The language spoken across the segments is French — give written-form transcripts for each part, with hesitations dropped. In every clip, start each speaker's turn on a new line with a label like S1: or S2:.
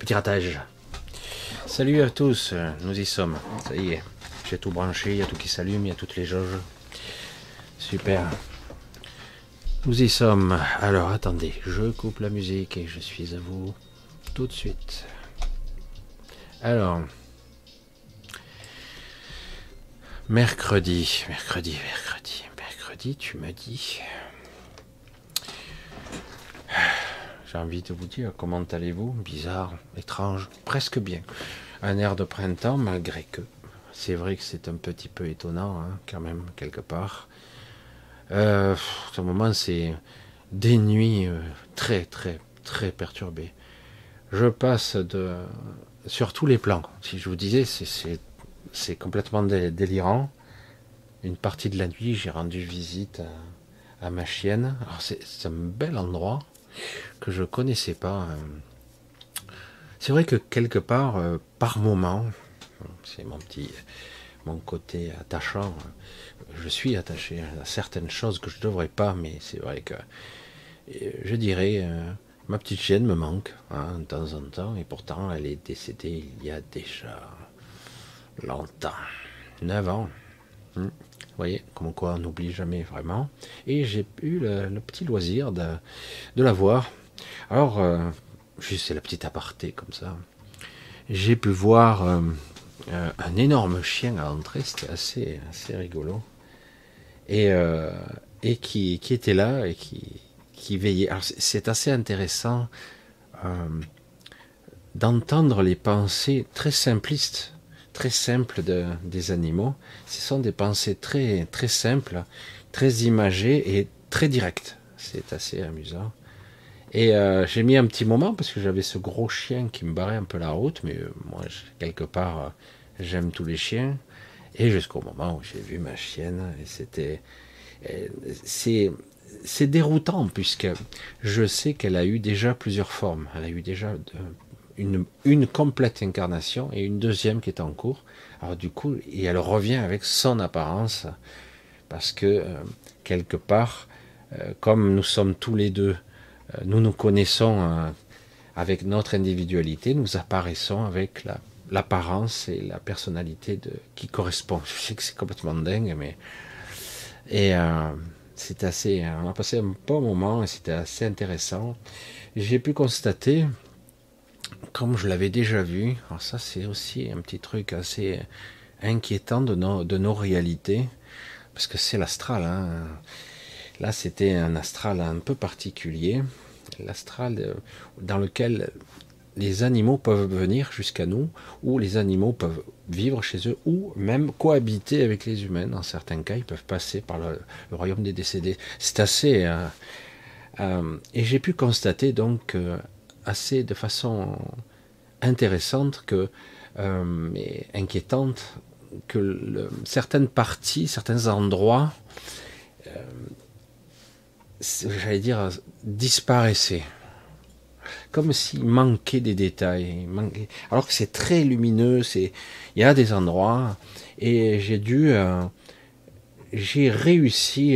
S1: petit ratage. Salut à tous, nous y sommes. Ça y est, j'ai tout branché, il y a tout qui s'allume, il y a toutes les jauges. Super. Nous y sommes. Alors attendez, je coupe la musique et je suis à vous tout de suite. Alors, mercredi, tu me dis. J'ai envie de vous dire, comment allez-vous? Bizarre, étrange, presque bien. Un air de printemps, malgré que. C'est vrai que c'est un petit peu étonnant, hein, quand même, quelque part. Ce moment, c'est des nuits très, très, très perturbées. Je passe sur tous les plans. Si je vous disais, c'est complètement délirant. Une partie de la nuit, j'ai rendu visite à ma chienne. Alors, c'est un bel endroit que je connaissais pas. C'est vrai que quelque part, par moment, c'est mon côté attachant. Je suis attaché à certaines choses que je ne devrais pas, mais c'est vrai que je dirais, ma petite chienne me manque, hein, de temps en temps, et pourtant elle est décédée il y a déjà longtemps, 9 ans. Vous voyez, comme quoi on n'oublie jamais vraiment. Et j'ai eu le petit loisir de la voir. Alors, juste c'est la petite aparté comme ça. J'ai pu voir un énorme chien à l'entrée, c'était assez rigolo. Et, qui était là et qui veillait. Alors c'est assez intéressant euh, d'entendre les pensées très simplistes, très simples des animaux. Ce sont des pensées très, très simples, très imagées et très directes. C'est assez amusant. Et j'ai mis un petit moment parce que j'avais ce gros chien qui me barrait un peu la route, mais moi, quelque part, j'aime tous les chiens. Et jusqu'au moment où j'ai vu ma chienne, et c'est déroutant puisque je sais qu'elle a eu déjà plusieurs formes. Elle a eu déjà une complète incarnation et une deuxième qui est en cours. Alors du coup, et elle revient avec son apparence parce que quelque part, comme nous sommes tous les deux, nous nous connaissons avec notre individualité, nous apparaissons avec l'apparence et la personnalité qui correspond. Je sais que c'est complètement dingue, mais et c'est assez. On a passé un bon moment et c'était assez intéressant. J'ai pu constater, comme je l'avais déjà vu, alors ça c'est aussi un petit truc assez inquiétant de nos réalités, parce que c'est l'astral. Hein. Là c'était un astral un peu particulier, l'astral dans lequel les animaux peuvent venir jusqu'à nous, ou les animaux peuvent vivre chez eux, ou même cohabiter avec les humains. Dans certains cas, ils peuvent passer par le royaume des décédés. C'est assez... et j'ai pu constater donc assez de façon intéressante et inquiétante que certaines parties, certains endroits, j'allais dire, disparaissaient. Comme s'il manquait des détails. Alors que c'est très lumineux, il y a des endroits, et j'ai réussi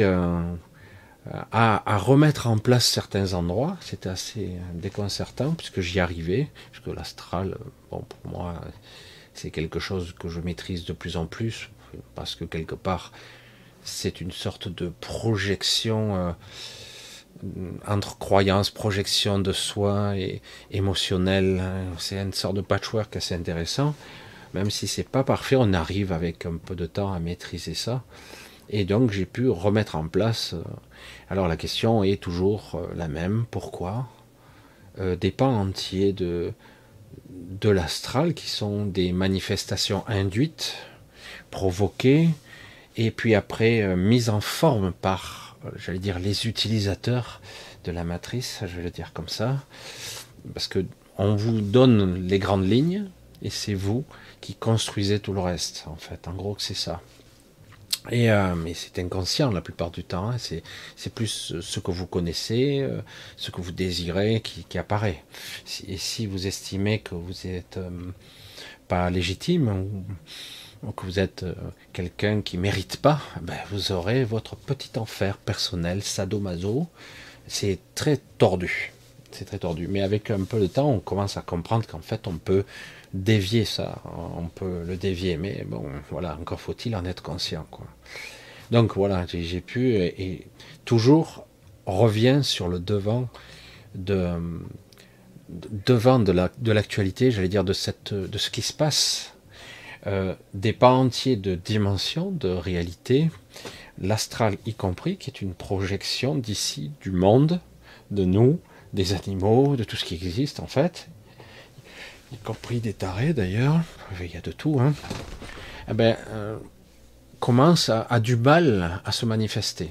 S1: à remettre en place certains endroits. C'était assez déconcertant, puisque j'y arrivais, puisque l'astral, bon, pour moi, c'est quelque chose que je maîtrise de plus en plus, parce que quelque part, c'est une sorte de projection entre croyances, projection de soi et émotionnel. C'est une sorte de patchwork assez intéressant. Même si c'est pas parfait, on arrive avec un peu de temps à maîtriser ça. Et donc j'ai pu remettre en place. Alors la question est toujours la même. Pourquoi des pans entiers de l'astral qui sont des manifestations induites, provoquées, et puis après mises en forme par, j'allais dire, les utilisateurs de la matrice, je vais le dire comme ça, parce que on vous donne les grandes lignes et c'est vous qui construisez tout le reste, en fait. En gros, c'est ça. Et mais c'est inconscient la plupart du temps. Hein. C'est plus ce que vous connaissez, ce que vous désirez qui apparaît. Et si vous estimez que vous êtes pas légitime ou que vous êtes quelqu'un qui mérite pas, ben vous aurez votre petit enfer personnel, sadomaso. C'est très tordu. c'est très tordu. Mais avec un peu de temps, on commence à comprendre qu'en fait, on peut dévier ça, on peut le dévier. Mais bon, voilà, encore faut-il en être conscient, quoi. Donc voilà, j'ai pu, et toujours revient sur le devant de, devant de l'actualité, j'allais dire de ce qui se passe, des pans entiers de dimensions, de réalité, l'astral y compris, qui est une projection d'ici, du monde, de nous, des animaux, de tout ce qui existe en fait, y compris des tarés d'ailleurs, il y a de tout, hein. Eh ben, commence à du mal à se manifester.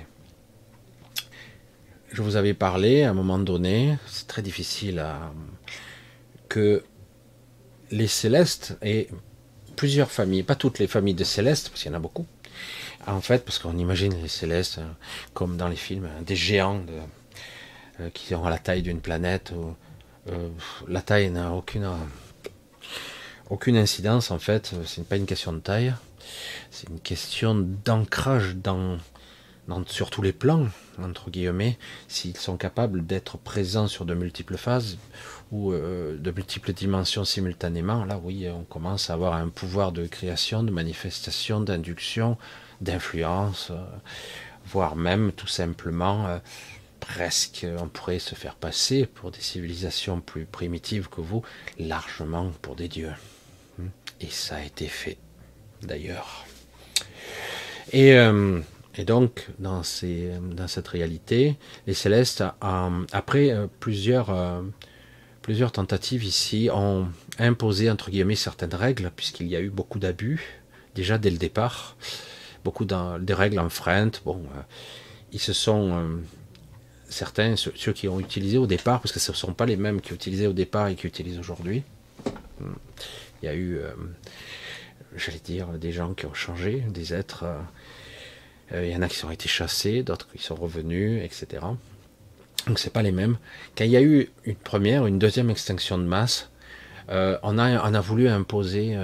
S1: Je vous avais parlé à un moment donné, c'est très difficile que les célestes et plusieurs familles, pas toutes les familles de célestes, parce qu'il y en a beaucoup, en fait, parce qu'on imagine les célestes comme dans les films, des géants qui ont la taille d'une planète. La taille n'a aucune incidence, en fait, c'est pas une question de taille, c'est une question d'ancrage sur tous les plans, entre guillemets, s'ils sont capables d'être présents sur de multiples phases ou de multiples dimensions simultanément. Là, oui, on commence à avoir un pouvoir de création, de manifestation, d'induction, d'influence, voire même tout simplement, presque, on pourrait se faire passer pour des civilisations plus primitives que vous, largement pour des dieux. Et ça a été fait, d'ailleurs. Et donc, dans cette réalité, les célestes, après plusieurs tentatives ici, ont imposé, entre guillemets, certaines règles, puisqu'il y a eu beaucoup d'abus, déjà dès le départ, beaucoup des règles enfreintes. Bon, ils se sont... certains, ceux qui ont utilisé au départ, parce que ce ne sont pas les mêmes qui utilisaient au départ et qui utilisent aujourd'hui, il y a eu, j'allais dire, des gens qui ont changé, des êtres... il y en a qui ont été chassés, d'autres qui sont revenus, etc. Donc c'est pas les mêmes. Quand il y a eu une deuxième extinction de masse, on a voulu imposer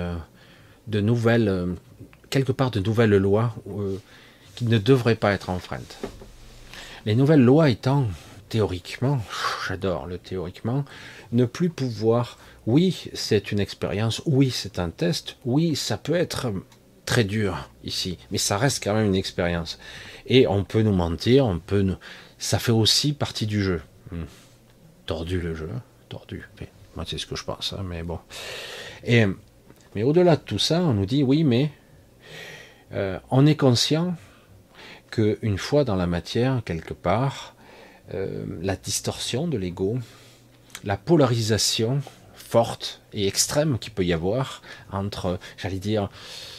S1: quelque part de nouvelles lois qui ne devraient pas être enfreintes. Les nouvelles lois étant, théoriquement, j'adore le théoriquement, ne plus pouvoir, oui, c'est une expérience, oui, c'est un test, oui, ça peut être très dur ici, mais ça reste quand même une expérience. Et on peut nous mentir, ça fait aussi partie du jeu. Tordu le jeu, tordu. Moi, c'est ce que je pense, hein, mais bon. Mais au-delà de tout ça, on nous dit, oui, mais on est conscient qu'une fois dans la matière, quelque part, la distorsion de l'ego, la polarisation forte et extrême qu'il peut y avoir entre, j'allais dire,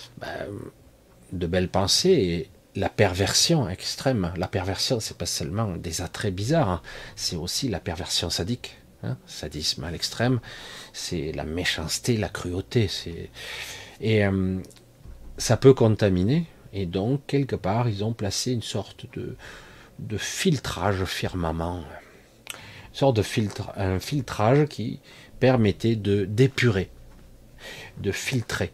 S1: de belles pensées et la perversion extrême. La perversion, c'est pas seulement des attraits bizarres, hein, c'est aussi la perversion sadique, hein, sadisme à l'extrême, c'est la méchanceté, la cruauté, et ça peut contaminer. Et donc, quelque part, ils ont placé une sorte de filtrage firmament. Une sorte de un filtrage qui permettait d'épurer, de filtrer,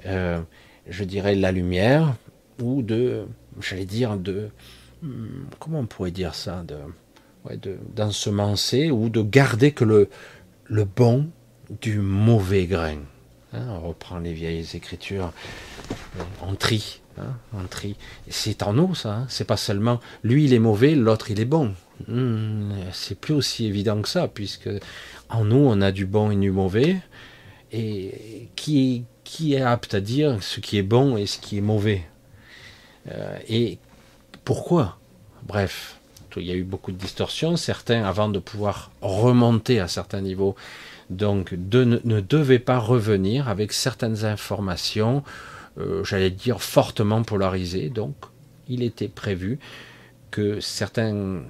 S1: je dirais, la lumière, ou j'allais dire, comment on pourrait dire ça, d'ensemencer, ou de garder que le bon du mauvais grain. Hein, on reprend les vieilles écritures, on trie. On trie. C'est en nous, ça. Hein. C'est pas seulement lui il est mauvais, l'autre il est bon. C'est plus aussi évident que ça, puisque en nous on a du bon et du mauvais. Et qui est apte à dire ce qui est bon et ce qui est mauvais, et pourquoi? Bref, il y a eu beaucoup de distorsions. Certains, avant de pouvoir remonter à certains niveaux, donc ne devaient pas revenir avec certaines informations, j'allais dire fortement polarisées. Donc il était prévu que certains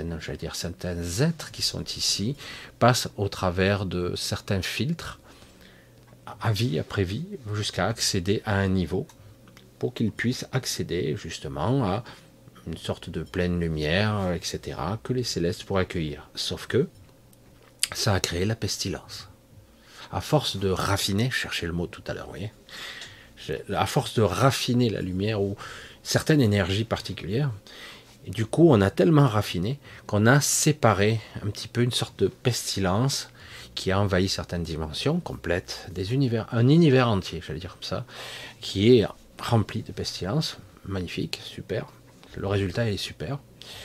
S1: êtres qui sont ici passent au travers de certains filtres, à vie après vie, jusqu'à accéder à un niveau, pour qu'ils puissent accéder justement à une sorte de pleine lumière, etc., que les célestes pourraient accueillir. Sauf que ça a créé la pestilence. À force de raffiner, je cherchais le mot tout à l'heure, vous voyez, à force de raffiner la lumière ou certaines énergies particulières, Et du coup, on a tellement raffiné qu'on a séparé un petit peu une sorte de pestilence qui a envahi certaines dimensions complètes, des univers, un univers entier, j'allais dire comme ça, qui est rempli de pestilence, magnifique, super. Le résultat est super.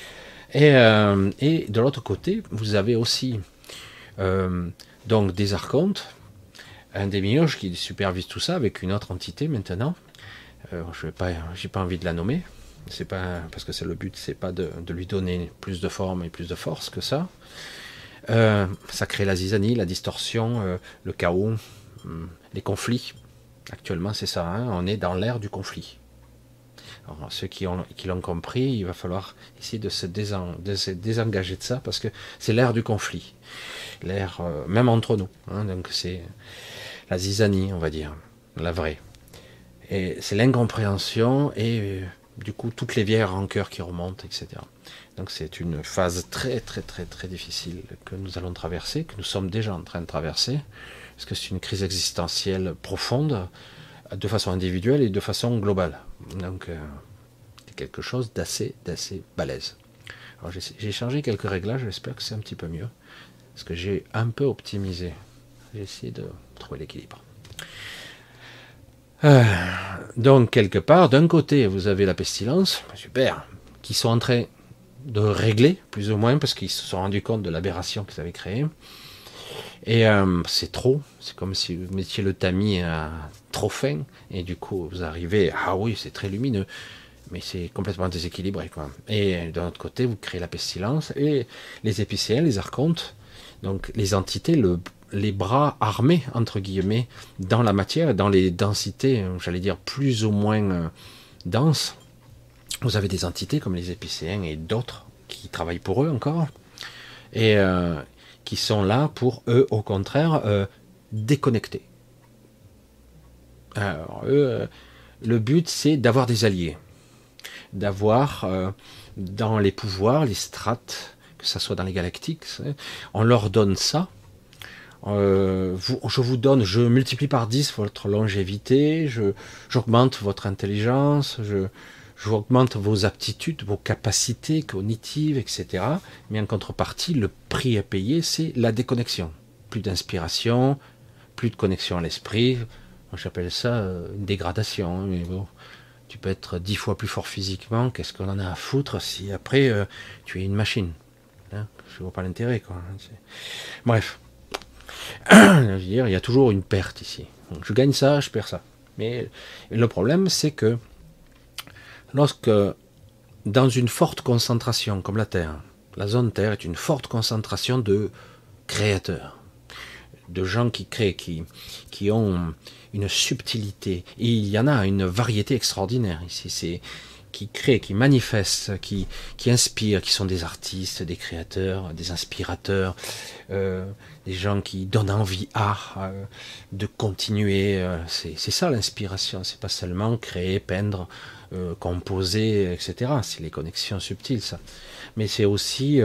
S1: Et de l'autre côté, vous avez aussi donc des archontes, un démiurge qui supervise tout ça avec une autre entité maintenant. J'ai pas envie de la nommer. C'est pas parce que c'est le but, c'est pas de lui donner plus de forme et plus de force que ça. Ça crée la zizanie, la distorsion, le chaos, les conflits. Actuellement, c'est ça. Hein, on est dans l'ère du conflit. Alors, ceux qui l'ont compris, il va falloir essayer de se désengager de ça parce que c'est l'ère du conflit, l'ère même entre nous. Hein, donc c'est la zizanie, on va dire, la vraie. Et c'est l'incompréhension et du coup toutes les vieilles rancœurs qui remontent, etc. Donc c'est une phase très très très très difficile que nous allons traverser, que nous sommes déjà en train de traverser, parce que c'est une crise existentielle profonde, de façon individuelle et de façon globale. Donc c'est quelque chose d'assez balèze. Alors j'ai changé quelques réglages, j'espère que c'est un petit peu mieux, parce que j'ai un peu optimisé. J'ai essayé de trouver l'équilibre. Donc quelque part, d'un côté vous avez la pestilence, super, qui sont en train de régler, plus ou moins, parce qu'ils se sont rendus compte de l'aberration qu'ils avaient créée. Et c'est trop, c'est comme si vous mettiez le tamis à trop fin, et du coup vous arrivez, ah oui, c'est très lumineux, mais c'est complètement déséquilibré, quoi. Et d'un autre côté, vous créez la pestilence, et les épicéens, les archontes, donc les entités, les bras armés, entre guillemets, dans la matière, dans les densités, j'allais dire, plus ou moins denses. Vous avez des entités comme les épicéens et d'autres qui travaillent pour eux encore, et qui sont là pour eux, au contraire, déconnecter. Alors, eux, le but, c'est d'avoir des alliés, d'avoir dans les pouvoirs, les strates, que ça soit dans les galactiques, on leur donne ça. Je vous donne, je multiplie par 10 votre longévité, j'augmente votre intelligence, j'augmente vos aptitudes, vos capacités cognitives, etc. Mais en contrepartie, le prix à payer, c'est la déconnexion. Plus d'inspiration, plus de connexion à l'esprit. J'appelle ça une dégradation. Mais bon, tu peux être 10 fois plus fort physiquement, qu'est-ce qu'on en a à foutre si après tu es une machine, hein, je vois pas l'intérêt, quoi. Bref. Je veux dire, il y a toujours une perte ici. Donc, je gagne ça, je perds ça. Mais le problème, c'est que lorsque, dans une forte concentration comme la Terre, la zone Terre est une forte concentration de créateurs, de gens qui créent, qui ont une subtilité. Et il y en a une variété extraordinaire ici. Qui créent, qui manifestent, qui inspirent, qui sont des artistes, des créateurs, des inspirateurs, des gens qui donnent envie de continuer. C'est ça l'inspiration, c'est pas seulement créer, peindre, composer, etc. C'est les connexions subtiles, ça. Mais c'est aussi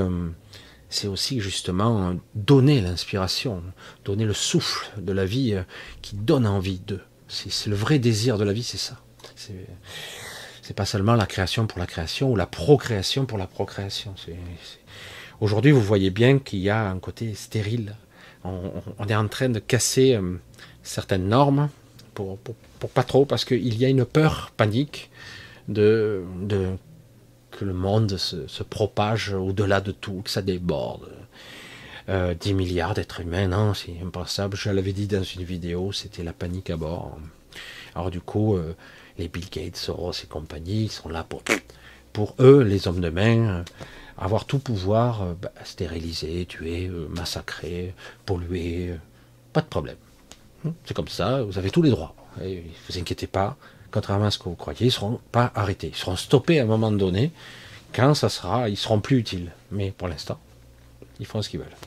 S1: justement donner l'inspiration, donner le souffle de la vie qui donne envie d'eux. C'est le vrai désir de la vie, c'est ça. C'est pas seulement la création pour la création ou la procréation pour la procréation. Aujourd'hui, vous voyez bien qu'il y a un côté stérile. On est en train de casser certaines normes pour pas trop, parce qu'il y a une peur panique que le monde se propage au-delà de tout, que ça déborde. 10 milliards d'êtres humains, non, c'est impensable. Je l'avais dit dans une vidéo, c'était la panique à bord. Alors du coup, les Bill Gates, Soros et compagnie, ils sont là pour eux, les hommes de main, avoir tout pouvoir, stériliser, tuer, massacrer, polluer, pas de problème. C'est comme ça, vous avez tous les droits. Et vous inquiétez pas, contrairement à ce que vous croyez, ils ne seront pas arrêtés. Ils seront stoppés à un moment donné, quand ça sera, ils seront plus utiles. Mais pour l'instant, ils font ce qu'ils veulent.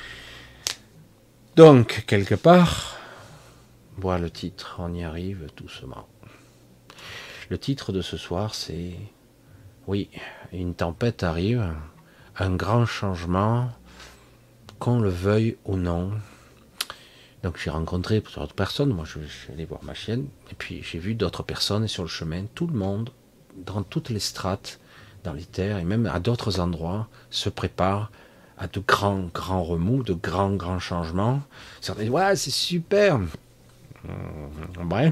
S1: Donc, quelque part, voilà le titre, on y arrive doucement. Le titre de ce soir, c'est oui, une tempête arrive, un grand changement, qu'on le veuille ou non. Donc j'ai rencontré d'autres personnes, moi je suis allé voir ma chienne, et puis j'ai vu d'autres personnes, et sur le chemin, tout le monde, dans toutes les strates, dans les terres, et même à d'autres endroits, se préparent à de grands, grands remous, de grands, grands changements. Certains disent, ouais, c'est super. Bref,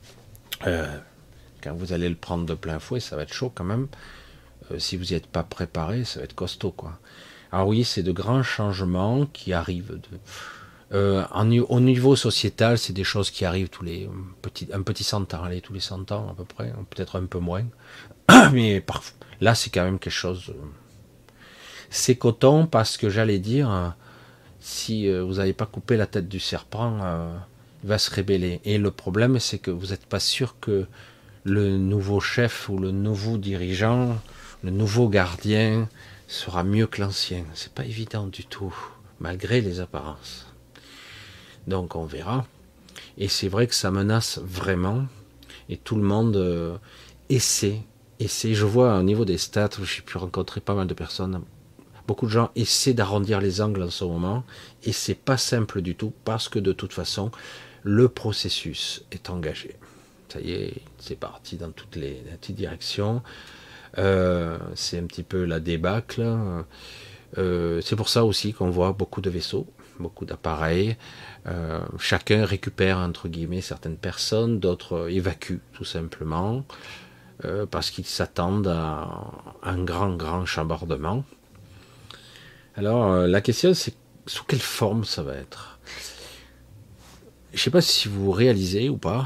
S1: quand vous allez le prendre de plein fouet, ça va être chaud quand même. Si vous n'y êtes pas préparé, ça va être costaud, quoi. Alors oui, c'est de grands changements qui arrivent. Au niveau sociétal, c'est des choses qui arrivent un petit 100 ans, allez, tous les 100 ans à peu près, peut-être un peu moins. Mais là, c'est quand même quelque chose. C'est coton parce que j'allais dire, si vous n'avez pas coupé la tête du serpent, il va se rébeller. Et le problème, c'est que vous n'êtes pas sûr que le nouveau chef ou le nouveau dirigeant, le nouveau gardien sera mieux que l'ancien. C'est pas évident du tout, malgré les apparences. Donc on verra. Et c'est vrai que ça menace vraiment. Et tout le monde essaie. Je vois au niveau des stats, j'ai pu rencontrer pas mal de personnes. Beaucoup de gens essaient d'arrondir les angles en ce moment. Et c'est pas simple du tout parce que de toute façon, le processus est engagé. Ça y est, c'est parti dans toutes les directions. C'est un petit peu la débâcle. C'est pour ça aussi qu'on voit beaucoup de vaisseaux, beaucoup d'appareils. Chacun récupère entre guillemets certaines personnes, d'autres évacuent tout simplement parce qu'ils s'attendent à un grand chambardement. Alors la question c'est sous quelle forme ça va être. Je ne sais pas si vous réalisez ou pas.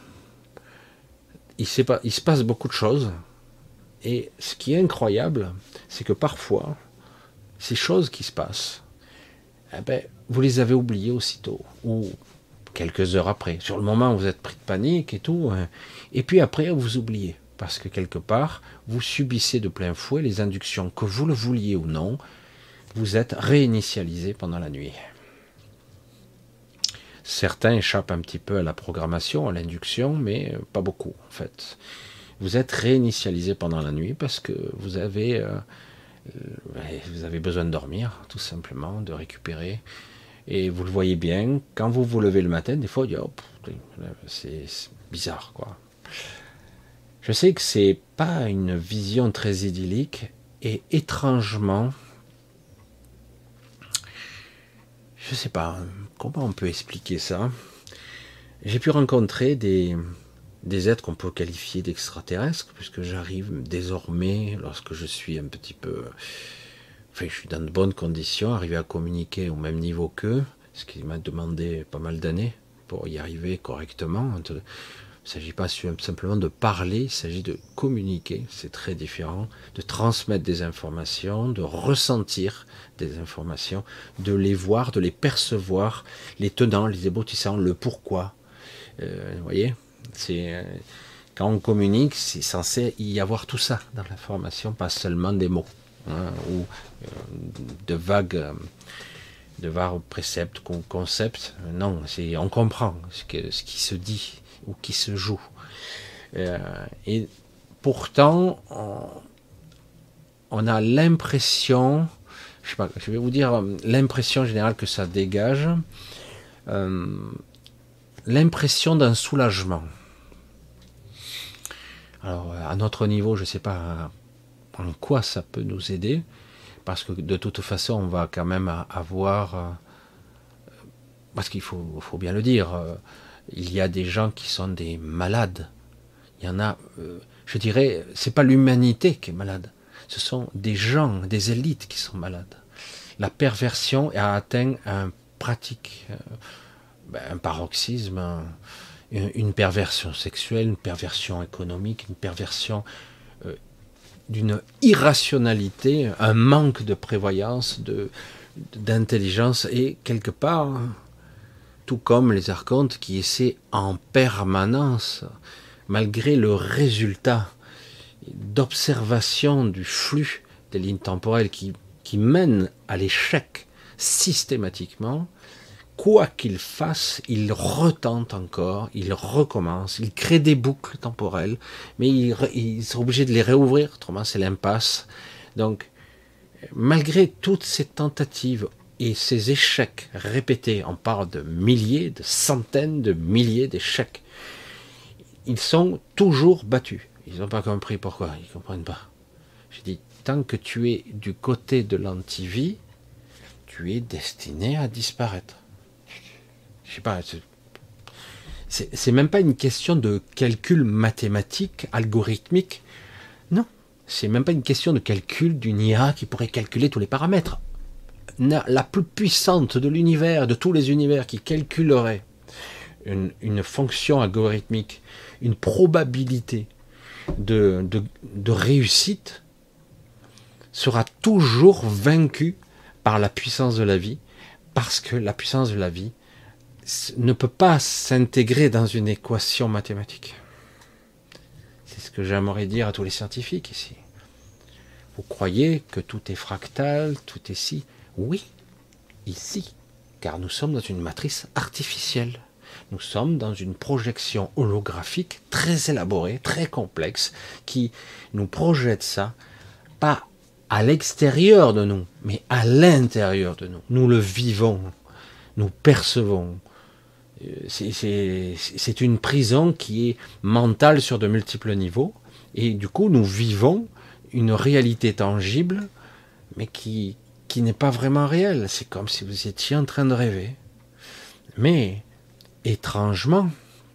S1: Il se passe beaucoup de choses. Et ce qui est incroyable, c'est que parfois, ces choses qui se passent, eh ben, vous les avez oubliées aussitôt, ou quelques heures après. Sur le moment, vous êtes pris de panique et tout, et puis après, vous oubliez. Parce que quelque part, vous subissez de plein fouet les inductions, que vous le vouliez ou non, vous êtes réinitialisé pendant la nuit. Certains échappent un petit peu à la programmation, à l'induction, mais pas beaucoup en fait. Vous êtes réinitialisé pendant la nuit parce que vous avez besoin de dormir, tout simplement, de récupérer. Et vous le voyez bien, quand vous vous levez le matin, des fois, vous dites, oh, c'est bizarre, quoi. Je sais que c'est pas une vision très idyllique, et étrangement, je sais pas, comment on peut expliquer ça. J'ai pu rencontrer des êtres qu'on peut qualifier d'extraterrestres, puisque j'arrive désormais, lorsque je suis un petit peu... Enfin, je suis dans de bonnes conditions, arriver à communiquer au même niveau qu'eux, ce qui m'a demandé pas mal d'années pour y arriver correctement. Il ne s'agit pas simplement de parler, il s'agit de communiquer, c'est très différent, de transmettre des informations, de ressentir des informations, de les voir, de les percevoir, les tenants, les aboutissants, le pourquoi. Vous voyez, quand on communique, c'est censé y avoir tout ça dans l'information, pas seulement des mots, hein, ou de vagues préceptes, concepts. Non, on comprend ce qui se dit ou qui se joue. Et pourtant, on a l'impression, je sais pas, je vais vous dire l'impression générale que ça dégage, l'impression d'un soulagement. Alors, à notre niveau, je ne sais pas en quoi ça peut nous aider, parce que de toute façon, on va quand même avoir, parce qu'il faut bien le dire, il y a des gens qui sont des malades. Il y en a, je dirais, c'est pas l'humanité qui est malade, ce sont des gens, des élites qui sont malades. La perversion a atteint un paroxysme, une perversion sexuelle, une perversion économique, une perversion d'une irrationalité, un manque de prévoyance, d'intelligence, et quelque part, tout comme les archontes qui essaient en permanence, malgré le résultat d'observation du flux des lignes temporelles qui mènent à l'échec systématiquement, quoi qu'il fasse, il retente encore, il recommence, il crée des boucles temporelles, mais ils sont obligés de les réouvrir, autrement c'est l'impasse. Donc, malgré toutes ces tentatives et ces échecs répétés, on parle de milliers, de centaines de milliers d'échecs, ils sont toujours battus. Ils n'ont pas compris pourquoi, ils ne comprennent pas. J'ai dit, tant que tu es du côté de l'antivie, tu es destiné à disparaître. Je sais pas, c'est même pas une question de calcul mathématique, algorithmique. Non, c'est même pas une question de calcul d'une IA qui pourrait calculer tous les paramètres. La plus puissante de l'univers, de tous les univers, qui calculerait une fonction algorithmique, une probabilité de réussite, sera toujours vaincue par la puissance de la vie, parce que la puissance de la vie ne peut pas s'intégrer dans une équation mathématique. C'est ce que j'aimerais dire à tous les scientifiques ici. Vous croyez que tout est fractal, tout est si? Oui, ici, car nous sommes dans une matrice artificielle. Nous sommes dans une projection holographique très élaborée, très complexe, qui nous projette ça, pas à l'extérieur de nous, mais à l'intérieur de nous. Nous le vivons, nous percevons. C'est une prison qui est mentale sur de multiples niveaux, et du coup nous vivons une réalité tangible, mais qui n'est pas vraiment réelle. C'est comme si vous étiez en train de rêver. Mais, étrangement,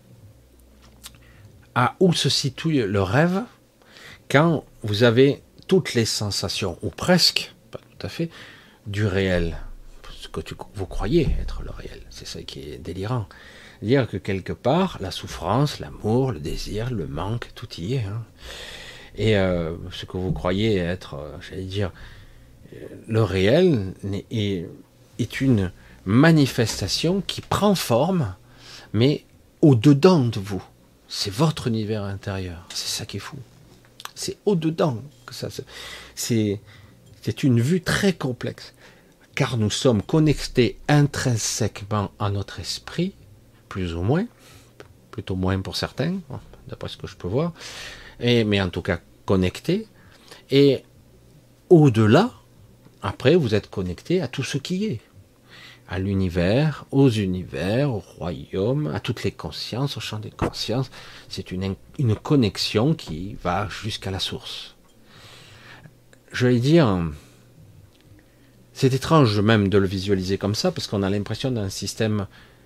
S1: à où se situe le rêve quand vous avez toutes les sensations, ou presque, pas tout à fait, du réel, ce que vous croyez être le réel. C'est ça qui est délirant. Dire que quelque part, la souffrance, l'amour, le désir, le manque, tout y est. Hein. Et ce que vous croyez être, j'allais dire, le réel est une manifestation qui prend forme, mais au-dedans de vous. C'est votre univers intérieur. C'est ça qui est fou. C'est au-dedans que ça se... C'est une vue très complexe, car nous sommes connectés intrinsèquement à notre esprit, plus ou moins, plutôt moins pour certains, d'après ce que je peux voir, mais en tout cas connectés, et au-delà, après vous êtes connectés à tout ce qui est, à l'univers, aux univers, au royaume, à toutes les consciences, au champ des consciences. C'est une connexion qui va jusqu'à la source. Je vais dire, c'est étrange même de le visualiser comme ça, parce qu'on a l'impression d'un système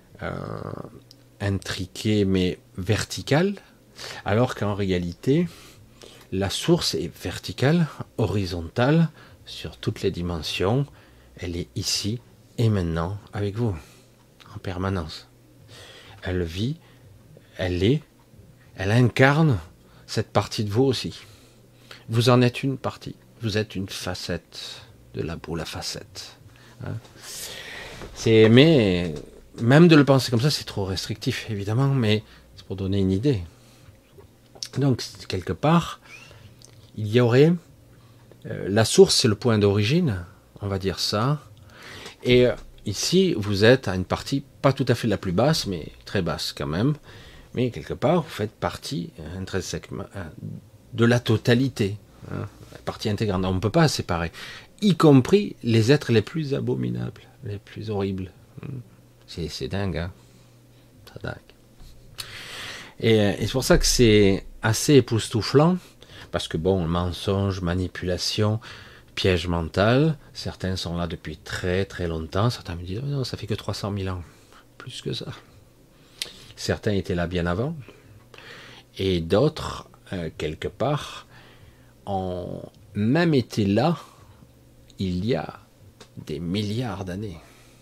S1: intriqué mais vertical, alors qu'en réalité, la source est verticale, horizontale, sur toutes les dimensions. Elle est ici et maintenant avec vous, en permanence. Elle vit, elle incarne cette partie de vous aussi. Vous en êtes une partie, vous êtes une facette de la boule à facettes. Hein. Mais même de le penser comme ça, c'est trop restrictif, évidemment, mais c'est pour donner une idée. Donc, quelque part, il y aurait la source, c'est le point d'origine, on va dire ça. Et ici, vous êtes à une partie pas tout à fait la plus basse, mais très basse quand même. Mais quelque part, vous faites partie intrinsèquement de la totalité, hein, la partie intégrante. On ne peut pas séparer, y compris les êtres les plus abominables, les plus horribles. C'est dingue, hein, c'est dingue. Et c'est pour ça que c'est assez époustouflant, parce que bon, mensonge, manipulation, piège mental, certains sont là depuis très très longtemps, certains me disent oh non, ça fait que 300 000 ans, plus que ça. Certains étaient là bien avant, et d'autres, quelque part, ont même été là il y a des milliards d'années.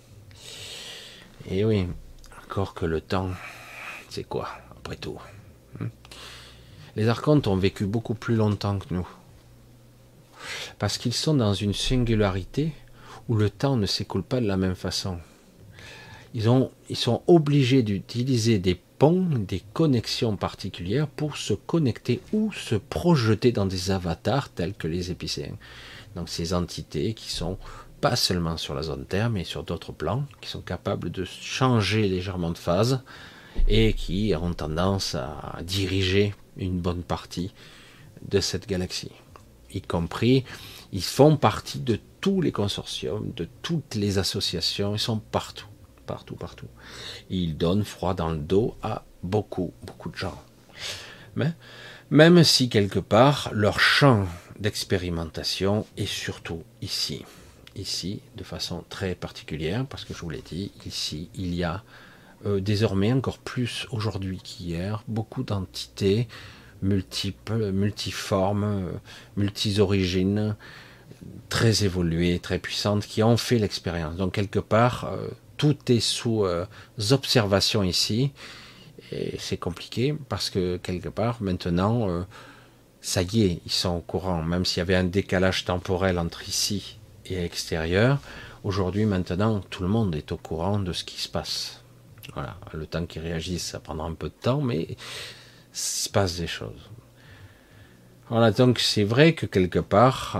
S1: Et oui, encore que le temps, c'est quoi, après tout? Les archontes ont vécu beaucoup plus longtemps que nous. Parce qu'ils sont dans une singularité où le temps ne s'écoule pas de la même façon. Ils sont obligés d'utiliser des ponts, des connexions particulières pour se connecter ou se projeter dans des avatars tels que les épicéens. Donc ces entités qui sont pas seulement sur la zone Terre, mais sur d'autres plans, qui sont capables de changer légèrement de phase et qui ont tendance à diriger une bonne partie de cette galaxie. Y compris, ils font partie de tous les consortiums, de toutes les associations, ils sont partout, partout, partout. Et ils donnent froid dans le dos à beaucoup, beaucoup de gens. Mais, même si quelque part, leur champ d'expérimentation est surtout ici. Ici, de façon très particulière, parce que je vous l'ai dit, ici, il y a désormais encore plus aujourd'hui qu'hier, beaucoup d'entités multiples, multiformes, multi-origines, très évoluées, très puissantes, qui ont fait l'expérience. Donc quelque part, tout est sous observation ici, et c'est compliqué parce que quelque part, maintenant, ça y est, ils sont au courant, même s'il y avait un décalage temporel entre ici et extérieur. Aujourd'hui, maintenant, tout le monde est au courant de ce qui se passe. Voilà, le temps qu'ils réagissent, ça prendra un peu de temps, mais il se passe des choses. Voilà, donc c'est vrai que quelque part,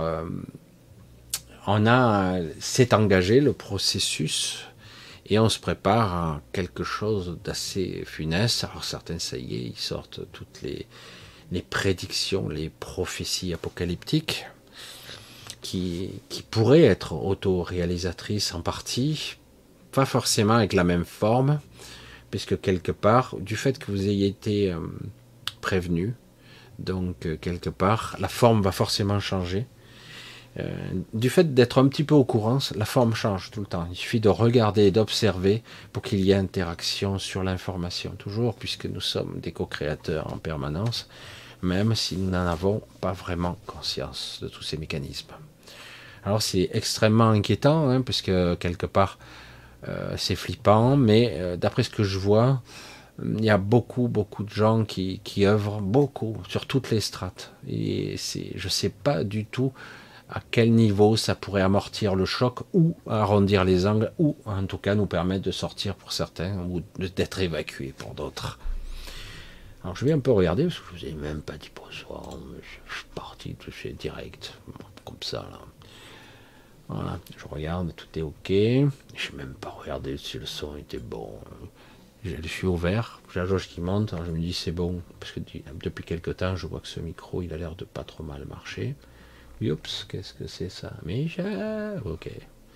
S1: c'est engagé le processus et on se prépare à quelque chose d'assez funeste. Alors certains, ça y est, ils sortent toutes les prédictions, les prophéties apocalyptiques qui pourraient être auto-réalisatrices en partie, pas forcément avec la même forme, puisque quelque part, du fait que vous ayez été prévenu, donc quelque part, la forme va forcément changer. Du fait d'être un petit peu au courant, la forme change tout le temps. Il suffit de regarder et d'observer pour qu'il y ait interaction sur l'information, toujours, puisque nous sommes des co-créateurs en permanence, même si nous n'en avons pas vraiment conscience de tous ces mécanismes. Alors c'est extrêmement inquiétant, hein, puisque quelque part, c'est flippant, mais d'après ce que je vois, il y a beaucoup de gens qui œuvrent beaucoup sur toutes les strates. Et je ne sais pas du tout à quel niveau ça pourrait amortir le choc ou arrondir les angles ou en tout cas nous permettre de sortir pour certains ou d'être évacués pour d'autres. Alors je vais un peu regarder parce que je vous ai même pas dit bonsoir, je suis parti tout de suite direct comme ça là. Voilà, je regarde, tout est ok. Je n'ai même pas regardé si le son était bon. Je suis ouvert, j'ai la jauge qui monte, alors je me dis c'est bon, parce que depuis quelques temps je vois que ce micro il a l'air de pas trop mal marcher. Oups, qu'est-ce que c'est ça, Michel? Ok.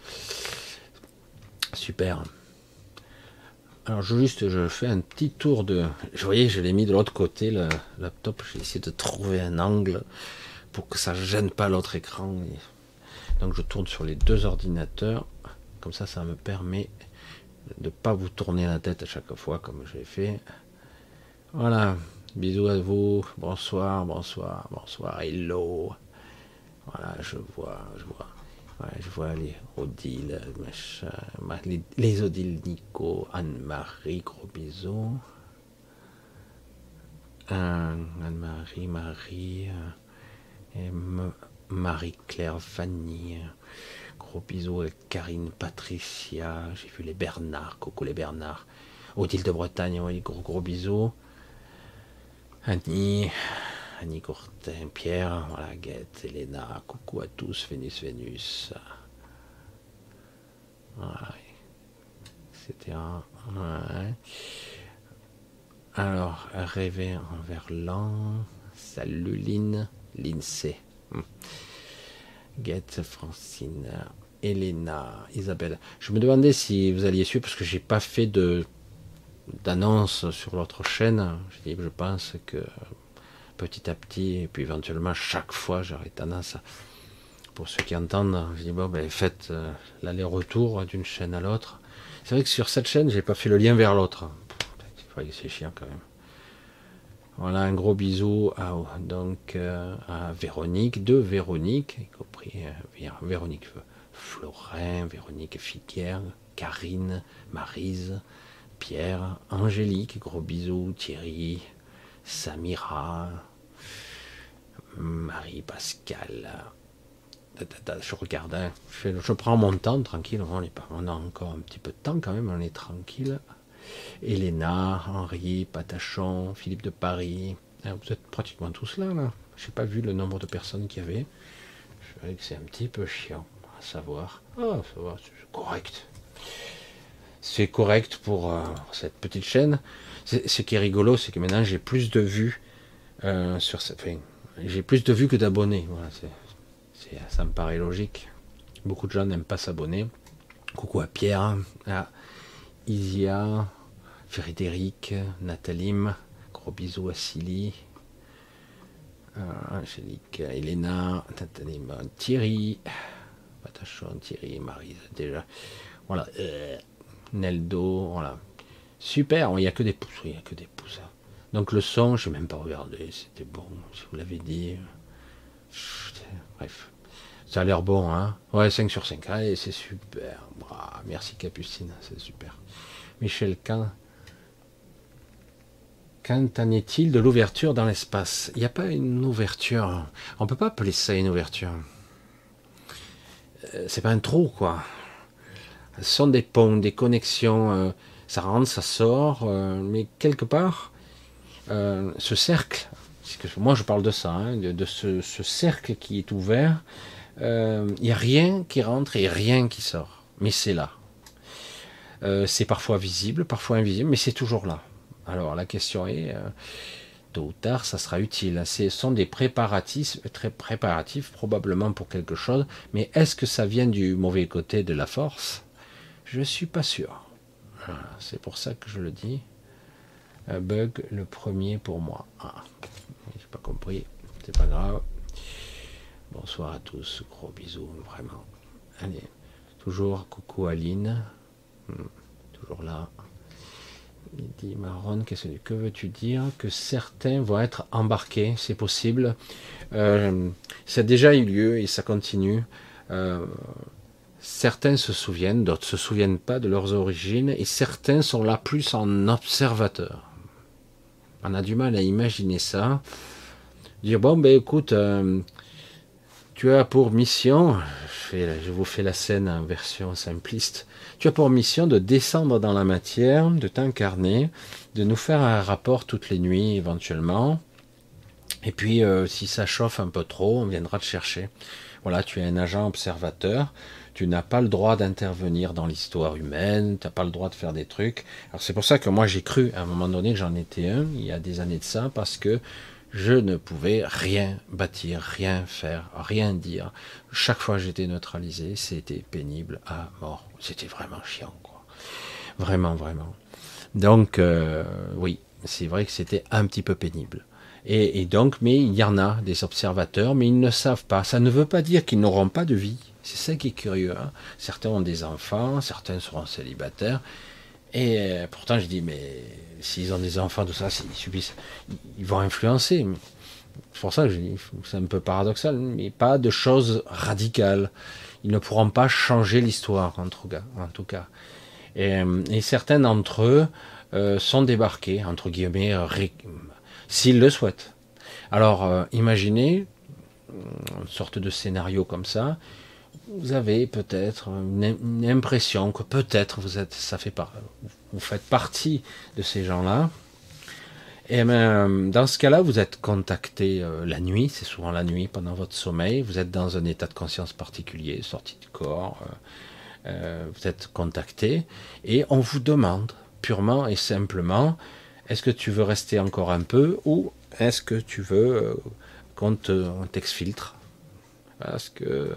S1: Super. Alors je fais un petit tour de... Vous voyez, je l'ai mis de l'autre côté, le laptop, j'ai essayé de trouver un angle pour que ça ne gêne pas l'autre écran. Donc je tourne sur les deux ordinateurs, comme ça me permet de ne pas vous tourner la tête à chaque fois comme j'ai fait. Voilà, bisous à vous, bonsoir, hello. Voilà, je vois. Ouais, je vois les Odile, machin, les Odile Nico, Anne-Marie, gros bisous. Anne-Marie, Marie, et Marie-Claire, Fanny, gros bisous, Karine, Patricia, j'ai vu les Bernard, coucou les Bernard. Odile de Bretagne, oui, gros bisous. Annie Courtin, Pierre, voilà, Guette, Elena, coucou à tous, Vénus, voilà, etc. Ouais. Alors, rêver en verlan, salut Lindsay, Guette, Francine, Elena, Isabelle. Je me demandais si vous alliez suivre parce que j'ai pas fait d'annonce sur l'autre chaîne. Je pense que petit à petit, et puis éventuellement chaque fois, j'aurais tendance à, pour ceux qui entendent, je dis bon ben faites l'aller-retour d'une chaîne à l'autre. C'est vrai que sur cette chaîne, j'ai pas fait le lien vers l'autre. C'est chiant quand même. Voilà, un gros bisou à Véronique, de Véronique, y compris Véronique Florin, Véronique Figuière, Karine, Maryse, Pierre, Angélique, gros bisous, Thierry, Samira, Marie-Pascal. Je regarde, hein. Je prends mon temps tranquille, on a encore un petit peu de temps quand même, on est tranquille. Elena, Henri, Patachon, Philippe de Paris, vous êtes pratiquement tous là. Je n'ai pas vu le nombre de personnes qu'il y avait. Je dirais que c'est un petit peu chiant à savoir. Ah, ça va, c'est correct. C'est correct pour cette petite chaîne. Ce qui est rigolo, c'est que maintenant j'ai plus de vues sur cette. Enfin, j'ai plus de vues que d'abonnés. Voilà, ça me paraît logique. Beaucoup de gens n'aiment pas s'abonner. Coucou à Pierre, à Isia, Frédéric, Nathalie, gros bisous à Silly, Angélique, Elena, Thierry, Patachon, Thierry, Marie, déjà. Voilà. Neldo, voilà. Super, il n'y a que des pouces, il n'y a que des pouces. Donc le son, je n'ai même pas regardé, c'était bon, je vous l'avais dit. Bref, ça a l'air bon, hein. Ouais, 5 sur 5, allez, c'est super. Bra, merci Capucine, c'est super. Michel, quand en est-il de l'ouverture dans l'espace? Il n'y a pas une ouverture, on ne peut pas appeler ça une ouverture. C'est pas un trou, quoi. Ce sont des ponts, des connexions, ça rentre, ça sort, mais quelque part, ce cercle, moi je parle de ça, hein, de ce cercle qui est ouvert, il n'y a rien qui rentre et rien qui sort, mais c'est là. C'est parfois visible, parfois invisible, mais c'est toujours là. Alors la question est, tôt ou tard, ça sera utile. Ce sont des préparatifs, très préparatifs probablement pour quelque chose, mais est-ce que ça vient du mauvais côté de la force? Je suis pas sûr. Voilà, c'est pour ça que je le dis. Un bug, le premier pour moi. Ah, j'ai pas compris, c'est pas grave. Bonsoir à tous, gros bisous, vraiment. Allez, toujours coucou Aline, toujours là. Il dit Marron, que veux-tu dire? Que certains vont être embarqués, c'est possible. Ça a déjà eu lieu et ça continue. Certains se souviennent, d'autres se souviennent pas de leurs origines, et certains sont là plus en observateur. On a du mal à imaginer ça. Dire bon ben écoute, tu as pour mission, je vous fais la scène en version simpliste, tu as pour mission de descendre dans la matière, de t'incarner, de nous faire un rapport toutes les nuits éventuellement, et puis si ça chauffe un peu trop, on viendra te chercher. Voilà, tu es un agent observateur, tu n'as pas le droit d'intervenir dans l'histoire humaine, tu n'as pas le droit de faire des trucs. Alors c'est pour ça que moi j'ai cru à un moment donné que j'en étais un, il y a des années de ça, parce que je ne pouvais rien bâtir, rien faire, rien dire. Chaque fois que j'étais neutralisé, c'était pénible à mort. C'était vraiment chiant, quoi. Vraiment, vraiment. Donc, oui, c'est vrai que c'était un petit peu pénible. Et donc, mais il y en a des observateurs, mais ils ne savent pas. Ça ne veut pas dire qu'ils n'auront pas de vie. C'est ça qui est curieux, hein. Certains ont des enfants, certains seront célibataires. Et pourtant, je dis, mais s'ils ont des enfants, tout ça, ils vont influencer. C'est pour ça que je dis, c'est un peu paradoxal, mais pas de choses radicales. Ils ne pourront pas changer l'histoire, en tout cas. Et certains d'entre eux sont débarqués, entre guillemets, s'ils le souhaitent. Alors, imaginez une sorte de scénario comme ça. Vous avez peut-être une impression que peut-être vous faites partie de ces gens-là. Et ben, dans ce cas-là, vous êtes contacté la nuit, c'est souvent la nuit pendant votre sommeil. Vous êtes dans un état de conscience particulier, sorti du corps. Vous êtes contacté et on vous demande purement et simplement, est-ce que tu veux rester encore un peu ou est-ce que tu veux qu'on t'exfiltre? Parce que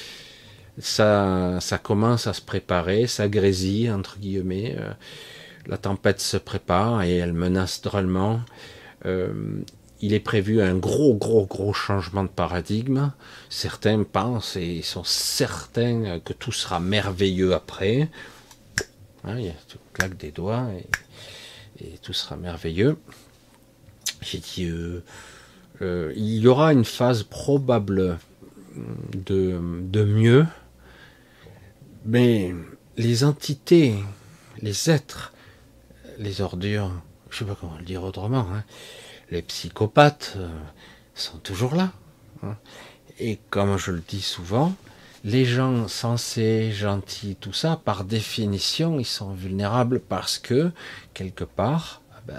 S1: ça commence à se préparer, ça grésille, entre guillemets. La tempête se prépare et elle menace drôlement. Il est prévu un gros changement de paradigme. Certains pensent et sont certains que tout sera merveilleux après. Hein, tu claques des doigts et tout sera merveilleux. J'ai dit, il y aura une phase probable de mieux, mais les entités, les êtres, les ordures, je sais pas comment le dire autrement, hein, les psychopathes sont toujours là. Hein. Et comme je le dis souvent, les gens sensés, gentils, tout ça, par définition, ils sont vulnérables parce que, quelque part,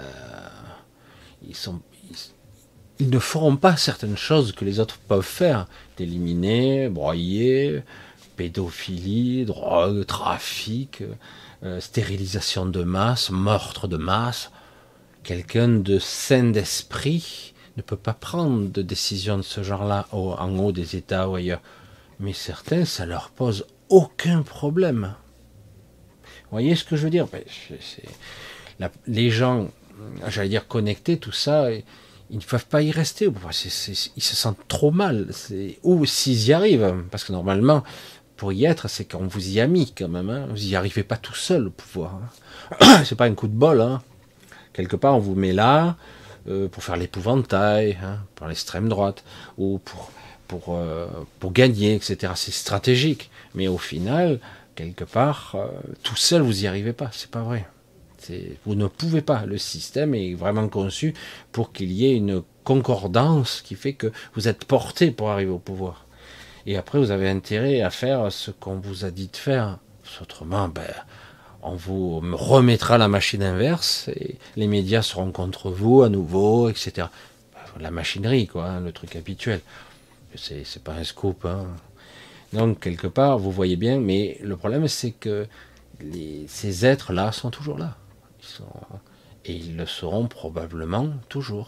S1: ils ne feront pas certaines choses que les autres peuvent faire. D'éliminer, broyer, pédophilie, drogue, trafic, stérilisation de masse, meurtre de masse. Quelqu'un de sain d'esprit ne peut pas prendre de décision de ce genre-là en haut des États ou ailleurs. Mais certains, ça leur pose aucun problème. Vous voyez ce que je veux dire? Les gens, j'allais dire connectés, tout ça, ils ne peuvent pas y rester. Ils se sentent trop mal. Ou s'ils y arrivent, parce que normalement, pour y être, c'est qu'on vous y a mis quand même. Hein. Vous n'y arrivez pas tout seul au pouvoir. Hein. C'est pas un coup de bol. Hein. Quelque part, on vous met là pour faire l'épouvantail, hein, pour l'extrême droite, ou pour gagner, etc. C'est stratégique. Mais au final, quelque part, tout seul, vous n'y arrivez pas. C'est pas vrai. Vous ne pouvez pas. Le système est vraiment conçu pour qu'il y ait une concordance qui fait que vous êtes porté pour arriver au pouvoir. Et après, vous avez intérêt à faire ce qu'on vous a dit de faire. Autrement, on vous remettra la machine inverse et les médias seront contre vous à nouveau, etc. La machinerie, quoi, hein, le truc habituel. C'est pas un scoop. Hein. Donc, quelque part, vous voyez bien, mais le problème, c'est que ces êtres-là sont toujours là. Et ils le seront probablement toujours.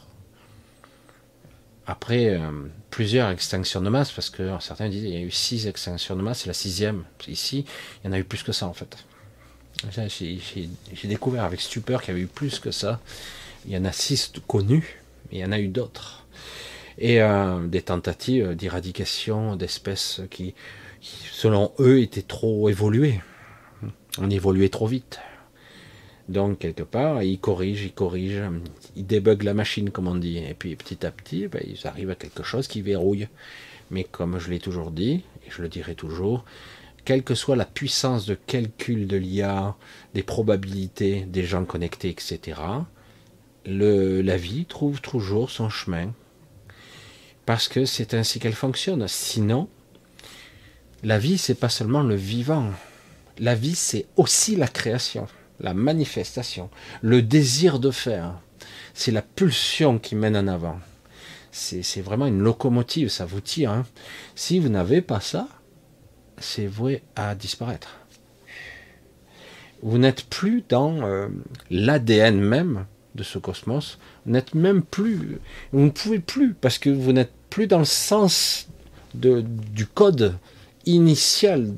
S1: Après, plusieurs extinctions de masse, parce que certains disent qu'il y a eu 6 extinctions de masse, c'est la 6e. Ici, il y en a eu plus que ça, en fait. J'ai découvert avec stupeur qu'il y avait eu plus que ça. Il y en a 6 connus, mais il y en a eu d'autres. Et des tentatives d'éradication d'espèces qui, selon eux, étaient trop évoluées. On évoluait trop vite. Donc, quelque part, ils corrigent, ils débuguent la machine, comme on dit. Et puis, petit à petit, ils arrivent à quelque chose qui verrouille. Mais comme je l'ai toujours dit, et je le dirai toujours, quelle que soit la puissance de calcul de l'IA, des probabilités des gens connectés, etc., la vie trouve toujours son chemin. Parce que c'est ainsi qu'elle fonctionne. Sinon, la vie, c'est pas seulement le vivant. La vie, c'est aussi la création. La manifestation, le désir de faire, c'est la pulsion qui mène en avant. C'est vraiment une locomotive, ça vous tire. Hein. Si vous n'avez pas ça, c'est voué à disparaître. Vous n'êtes plus dans l'ADN même de ce cosmos. Vous n'êtes même plus, vous ne pouvez plus, parce que vous n'êtes plus dans le sens du code initial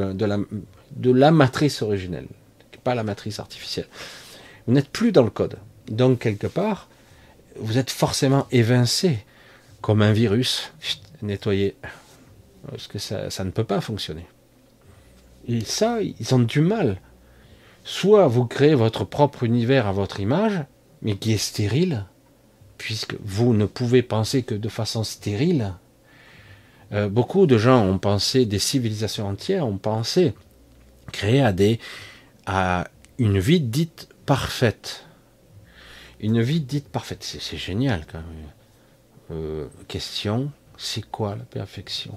S1: de la matrice originelle. Pas la matrice artificielle. Vous n'êtes plus dans le code. Donc, quelque part, vous êtes forcément évincé, comme un virus, nettoyé. Parce que ça ne peut pas fonctionner. Et ça, ils ont du mal. Soit vous créez votre propre univers à votre image, mais qui est stérile, puisque vous ne pouvez penser que de façon stérile. Beaucoup de gens ont pensé, des civilisations entières ont pensé créer à une vie dite parfaite. Une vie dite parfaite. C'est génial quand même. Question, c'est quoi la perfection?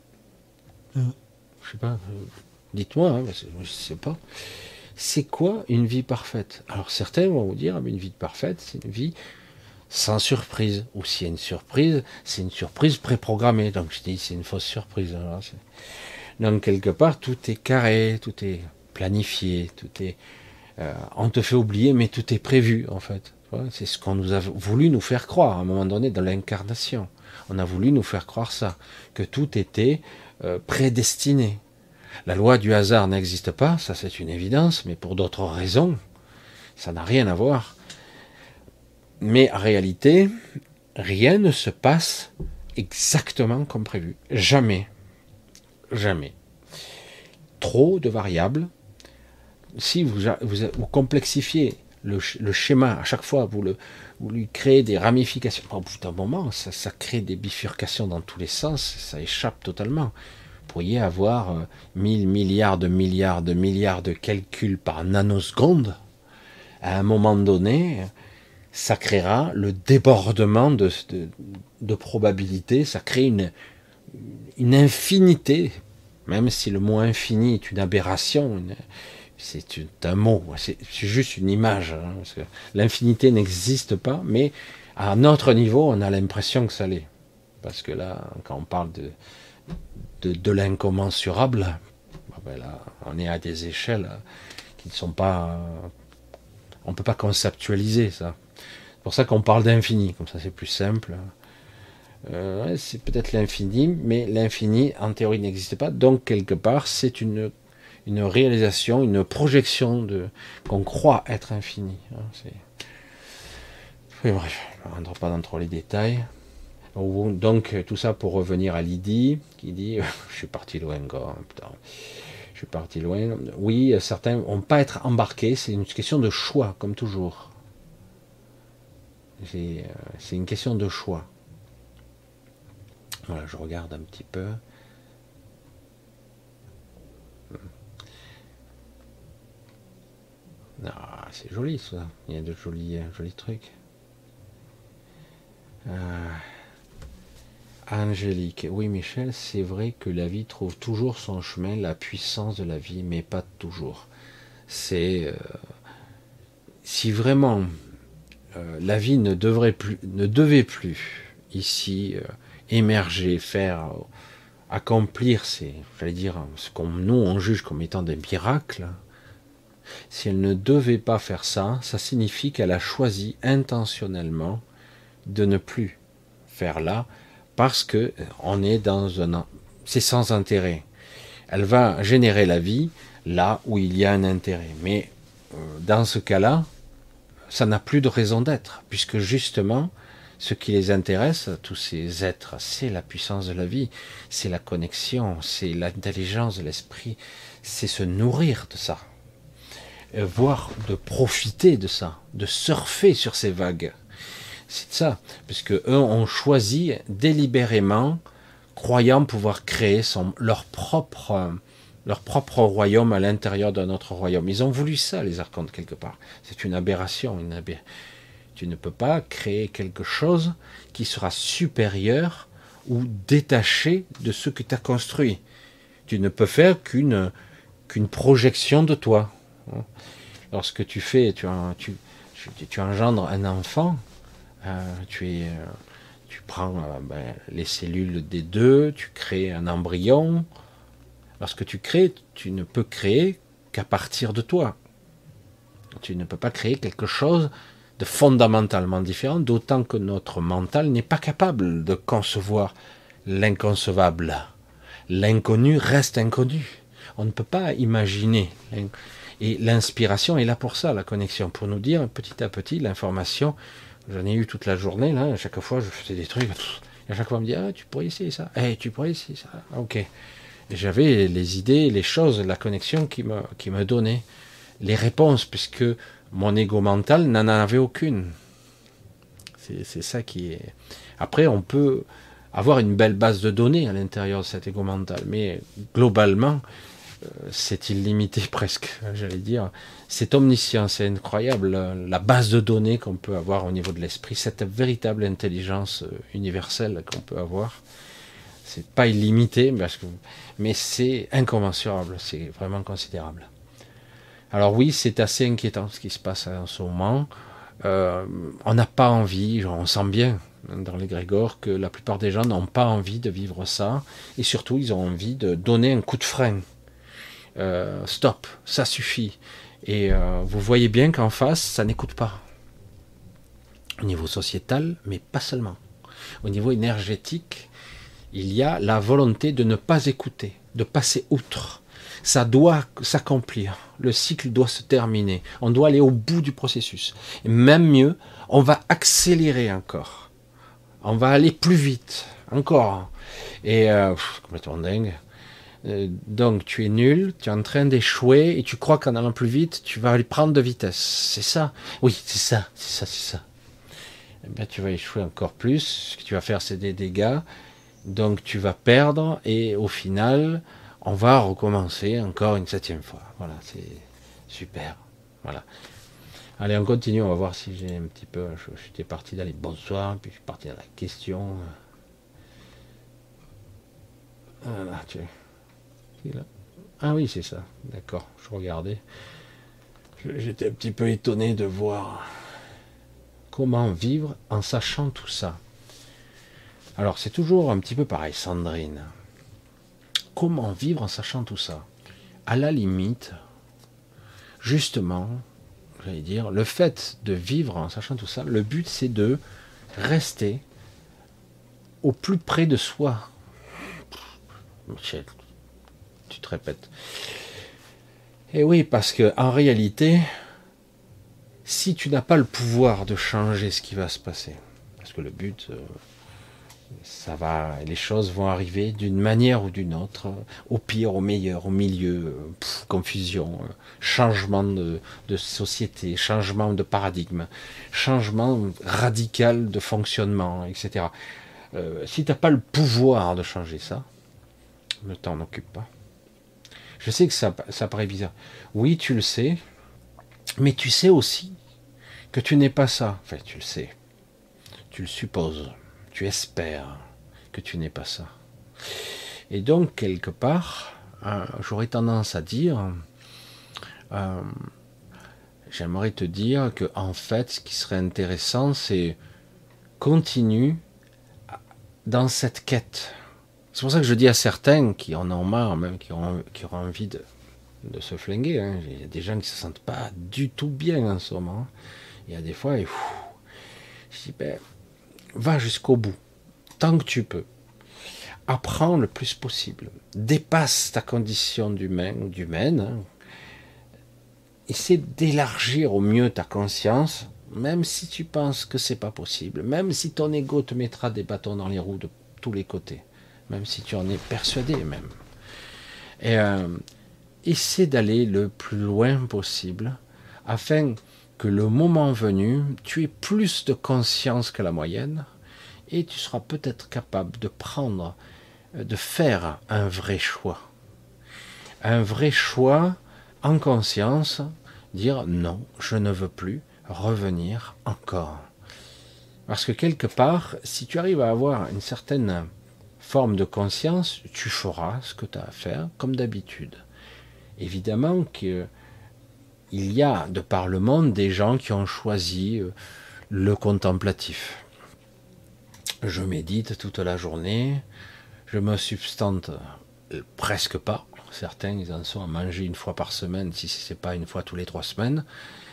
S1: Je sais pas. Dites-moi, hein, parce que je sais pas. C'est quoi une vie parfaite? Alors certains vont vous dire, une vie parfaite, c'est une vie sans surprise. Ou s'il y a une surprise, c'est une surprise préprogrammée. Donc je dis, c'est une fausse surprise. Alors, donc quelque part, tout est carré, tout est planifié, tout est... on te fait oublier, mais tout est prévu, en fait. C'est ce qu'on nous a voulu nous faire croire, à un moment donné, dans l'incarnation. On a voulu nous faire croire ça, que tout était prédestiné. La loi du hasard n'existe pas, ça c'est une évidence, mais pour d'autres raisons, ça n'a rien à voir. Mais en réalité, rien ne se passe exactement comme prévu. Jamais. Jamais. Trop de variables. Si vous complexifiez le schéma, à chaque fois, vous lui créez des ramifications. Au bout d'un moment, ça crée des bifurcations dans tous les sens, ça échappe totalement. Vous pourriez avoir 1000 milliards de calculs par nanoseconde. À un moment donné, ça créera le débordement de probabilités, ça crée une infinité, même si le mot infini est une aberration, c'est un mot, c'est juste une image. Hein, parce que l'infinité n'existe pas, mais à notre niveau, on a l'impression que ça l'est. Parce que là, quand on parle de l'incommensurable, là, on est à des échelles qui ne sont pas... on ne peut pas conceptualiser ça. C'est pour ça qu'on parle d'infini, comme ça c'est plus simple. C'est peut-être l'infini, mais l'infini, en théorie, n'existe pas. Donc, quelque part, c'est une réalisation, une projection qu'on croit être infini. Oui, bref. je ne rentre pas dans trop les détails. Donc tout ça pour revenir à Lydie, qui dit je suis parti loin encore, putain. Je suis parti loin. Oui, certains vont pas être embarqués, c'est une question de choix, comme toujours. C'est une question de choix. Voilà, je regarde un petit peu. Ah, c'est joli ça. Il y a de jolis trucs. Angélique, oui Michel, c'est vrai que la vie trouve toujours son chemin, la puissance de la vie, mais pas toujours. C'est si vraiment la vie ne devait plus ici émerger, faire accomplir j'allais dire, ce qu'on nous on juge comme étant des miracles. Si elle ne devait pas faire ça, ça signifie qu'elle a choisi intentionnellement de ne plus faire là, parce que on est c'est sans intérêt. Elle va générer la vie là où il y a un intérêt. Mais dans ce cas-là, ça n'a plus de raison d'être, puisque justement, ce qui les intéresse, tous ces êtres, c'est la puissance de la vie, c'est la connexion, c'est l'intelligence de l'esprit, c'est se nourrir de ça, voire de profiter de ça, de surfer sur ces vagues. C'est ça, puisque eux ont choisi délibérément, croyant pouvoir créer leur propre royaume à l'intérieur d'un autre royaume. Ils ont voulu ça, les archontes, quelque part. C'est une aberration. Tu ne peux pas créer quelque chose qui sera supérieur ou détaché de ce que tu as construit. Tu ne peux faire qu'une projection de toi. Lorsque tu engendres un enfant, tu prends les cellules des deux, tu crées un embryon. Lorsque tu crées, tu ne peux créer qu'à partir de toi. Tu ne peux pas créer quelque chose de fondamentalement différent, d'autant que notre mental n'est pas capable de concevoir l'inconcevable. L'inconnu reste inconnu. On ne peut pas imaginer. Et l'inspiration est là pour ça, la connexion, pour nous dire petit à petit l'information. J'en ai eu toute la journée, là, à chaque fois je faisais des trucs, et à chaque fois on me dit, ah, tu pourrais essayer ça, tu pourrais essayer ça, ok. Et j'avais les idées, les choses, la connexion qui me donnait les réponses, puisque mon ego mental n'en avait aucune. C'est ça qui est... Après, on peut avoir une belle base de données à l'intérieur de cet ego mental, mais globalement, c'est illimité presque, j'allais dire. C'est omniscient, c'est incroyable, la base de données qu'on peut avoir au niveau de l'esprit, cette véritable intelligence universelle qu'on peut avoir. C'est pas illimité, mais c'est incommensurable, c'est vraiment considérable. Alors oui, c'est assez inquiétant ce qui se passe en ce moment. On n'a pas envie, on sent bien dans l'égrégore que la plupart des gens n'ont pas envie de vivre ça, et surtout ils ont envie de donner un coup de frein. Stop, ça suffit. Et vous voyez bien qu'en face, ça n'écoute pas. Au niveau sociétal, mais pas seulement. Au niveau énergétique, il y a la volonté de ne pas écouter, de passer outre. Ça doit s'accomplir. Le cycle doit se terminer. On doit aller au bout du processus. Et même mieux, on va accélérer encore. On va aller plus vite. Encore. Et complètement dingue. Donc tu es nul, tu es en train d'échouer et tu crois qu'en allant plus vite, tu vas aller prendre de vitesse. C'est ça. Oui, c'est ça. Eh bien, tu vas échouer encore plus. Ce que tu vas faire, c'est des dégâts. Donc tu vas perdre et au final, on va recommencer encore une 7e fois. Voilà, c'est super. Voilà. Allez, on continue. On va voir si j'ai un petit peu... J'étais parti dans les bonsoirs, puis je suis parti dans la question. Voilà, tu... Ah oui, c'est ça. D'accord, je regardais. J'étais un petit peu étonné de voir comment vivre en sachant tout ça. Alors, c'est toujours un petit peu pareil, Sandrine. Comment vivre en sachant tout ça? À la limite, justement, j'allais dire, le fait de vivre en sachant tout ça, le but, c'est de rester au plus près de soi. Michel, tu te répètes. Et oui, parce que en réalité, si tu n'as pas le pouvoir de changer ce qui va se passer, parce que le but, les choses vont arriver d'une manière ou d'une autre, au pire, au meilleur, au milieu, confusion, changement de société, changement de paradigme, changement radical de fonctionnement, etc. Si tu n'as pas le pouvoir de changer ça, ne t'en occupe pas. Je sais que ça paraît bizarre. Oui, tu le sais, mais tu sais aussi que tu n'es pas ça. Enfin, tu le sais, tu le supposes, tu espères que tu n'es pas ça. Et donc, quelque part, j'aurais tendance à dire, j'aimerais te dire que, en fait, ce qui serait intéressant, c'est continue dans cette quête. C'est pour ça que je dis à certains qui en ont marre, même qui auront envie de se flinguer. Hein. Il y a des gens qui ne se sentent pas du tout bien en ce moment. Il y a des fois, je dis, va jusqu'au bout, tant que tu peux. Apprends le plus possible. Dépasse ta condition d'humain ou d'humaine. Hein. Essaie d'élargir au mieux ta conscience, même si tu penses que c'est pas possible, même si ton ego te mettra des bâtons dans les roues de tous les côtés, même si tu en es persuadé même. Et essaie d'aller le plus loin possible, afin que le moment venu, tu aies plus de conscience que la moyenne, et tu seras peut-être capable de faire un vrai choix. Un vrai choix en conscience, dire non, je ne veux plus revenir encore. Parce que quelque part, si tu arrives à avoir une certaine forme de conscience, tu feras ce que tu as à faire comme d'habitude. Évidemment qu'il y a de par le monde des gens qui ont choisi le contemplatif. Je médite toute la journée, je me substante presque pas. Certains, ils en sont à manger une fois par semaine, si ce n'est pas une fois tous les 3 semaines.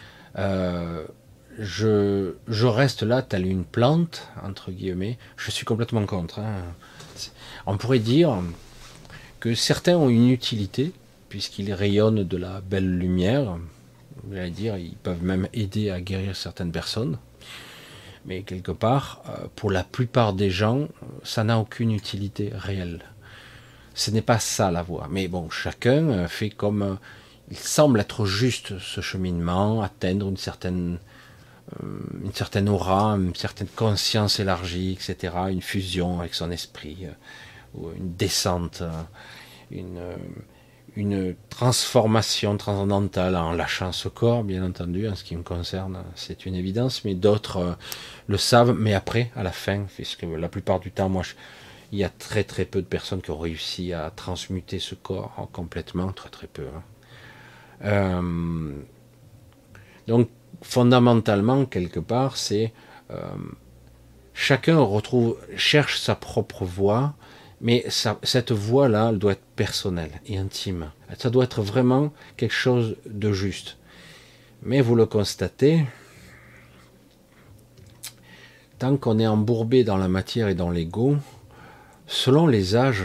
S1: Je reste là, telle une plante, entre guillemets. Je suis complètement contre. Hein. On pourrait dire que certains ont une utilité, puisqu'ils rayonnent de la belle lumière. J'allais dire, ils peuvent même aider à guérir certaines personnes. Mais quelque part, pour la plupart des gens, ça n'a aucune utilité réelle. Ce n'est pas ça la voie. Mais bon, chacun fait comme il semble être juste ce cheminement, atteindre une certaine aura, une certaine conscience élargie, etc., une fusion avec son esprit, ou une descente, une transformation transcendantale en lâchant ce corps, bien entendu, en ce qui me concerne, c'est une évidence, mais d'autres le savent, mais après, à la fin, puisque la plupart du temps, il y a très très peu de personnes qui ont réussi à transmuter ce corps complètement, très très peu. Hein. Donc, fondamentalement, quelque part, c'est chacun cherche sa propre voie, mais cette voie-là, elle doit être personnelle et intime. Ça doit être vraiment quelque chose de juste. Mais vous le constatez, tant qu'on est embourbé dans la matière et dans l'ego, selon les âges,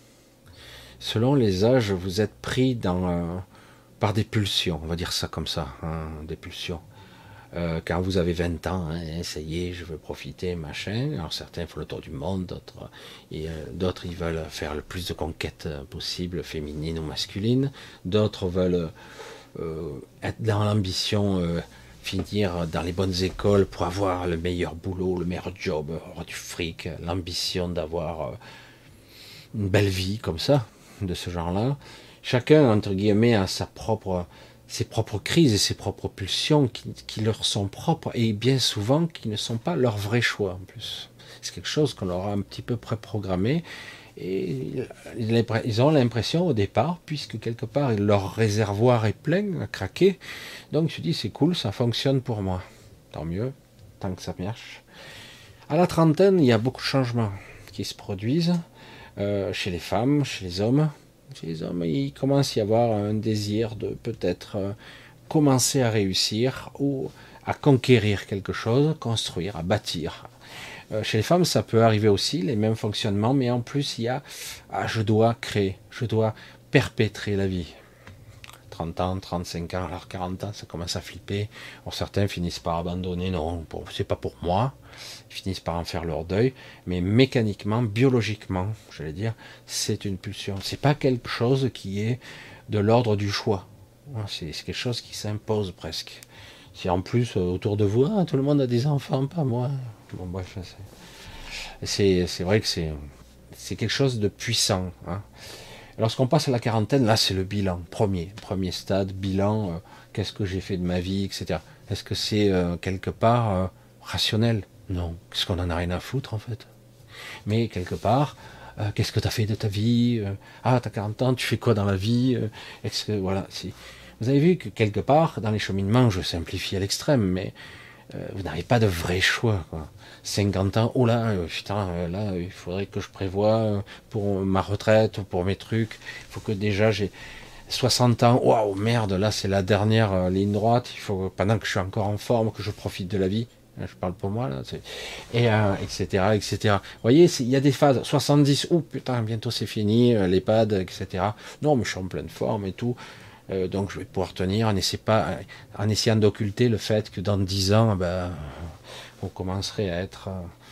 S1: vous êtes pris par des pulsions, on va dire ça comme ça, hein, des pulsions. Quand vous avez 20 ans, hein, ça y est, je veux profiter, machin. Alors certains font le tour du monde, d'autres ils veulent faire le plus de conquêtes possible, féminines ou masculines. D'autres veulent être dans l'ambition, finir dans les bonnes écoles pour avoir le meilleur boulot, le meilleur job, avoir du fric, l'ambition d'avoir une belle vie comme ça, de ce genre-là. Chacun, entre guillemets, a ses propres crises et ses propres pulsions qui leur sont propres et bien souvent qui ne sont pas leur vrai choix en plus. C'est quelque chose qu'on leur a un petit peu préprogrammé et ils ont l'impression au départ, puisque quelque part leur réservoir est plein, à craquer, donc je dis c'est cool, ça fonctionne pour moi. Tant mieux, tant que ça marche. À la trentaine, il y a beaucoup de changements qui se produisent chez les femmes, chez les hommes. Chez les hommes, il commence à y avoir un désir de peut-être commencer à réussir ou à conquérir quelque chose, construire, à bâtir. Chez les femmes, ça peut arriver aussi, les mêmes fonctionnements, mais en plus, il y a je dois créer, je dois perpétrer la vie. 30 ans, 35 ans, alors 40 ans, ça commence à flipper. Alors certains finissent par abandonner, non, c'est pas pour moi. Ils finissent par en faire leur deuil, mais mécaniquement, biologiquement, j'allais dire, c'est une pulsion. C'est pas quelque chose qui est de l'ordre du choix. C'est quelque chose qui s'impose presque. Si en plus autour de vous, tout le monde a des enfants, pas moi. Bon bref, c'est vrai que c'est quelque chose de puissant. Lorsqu'on passe à la quarantaine, là c'est le bilan, premier stade, bilan, qu'est-ce que j'ai fait de ma vie, etc. Est-ce que c'est quelque part rationnel? Non, parce qu'on en a rien à foutre en fait. Mais quelque part, qu'est-ce que tu as fait de ta vie? Ah, tu as 40 ans, tu fais quoi dans la vie? Est-ce que voilà, si vous avez vu que quelque part dans les cheminements, je simplifie à l'extrême, mais vous n'avez pas de vrai choix, quoi. 50 ans, oh là, putain, là, il faudrait que je prévoie pour ma retraite, pour mes trucs. Il faut que déjà j'ai 60 ans, waouh, merde, là, c'est la dernière ligne droite. Il faut, pendant que je suis encore en forme, que je profite de la vie. Je parle pour moi, là. Et, etc., etc. Vous voyez, il y a des phases. 70, oh putain, bientôt c'est fini, l'EHPAD, etc. Non, mais je suis en pleine forme et tout. Donc je vais pouvoir tenir en essayant d'occulter le fait que dans 10 ans, vous commencerez à être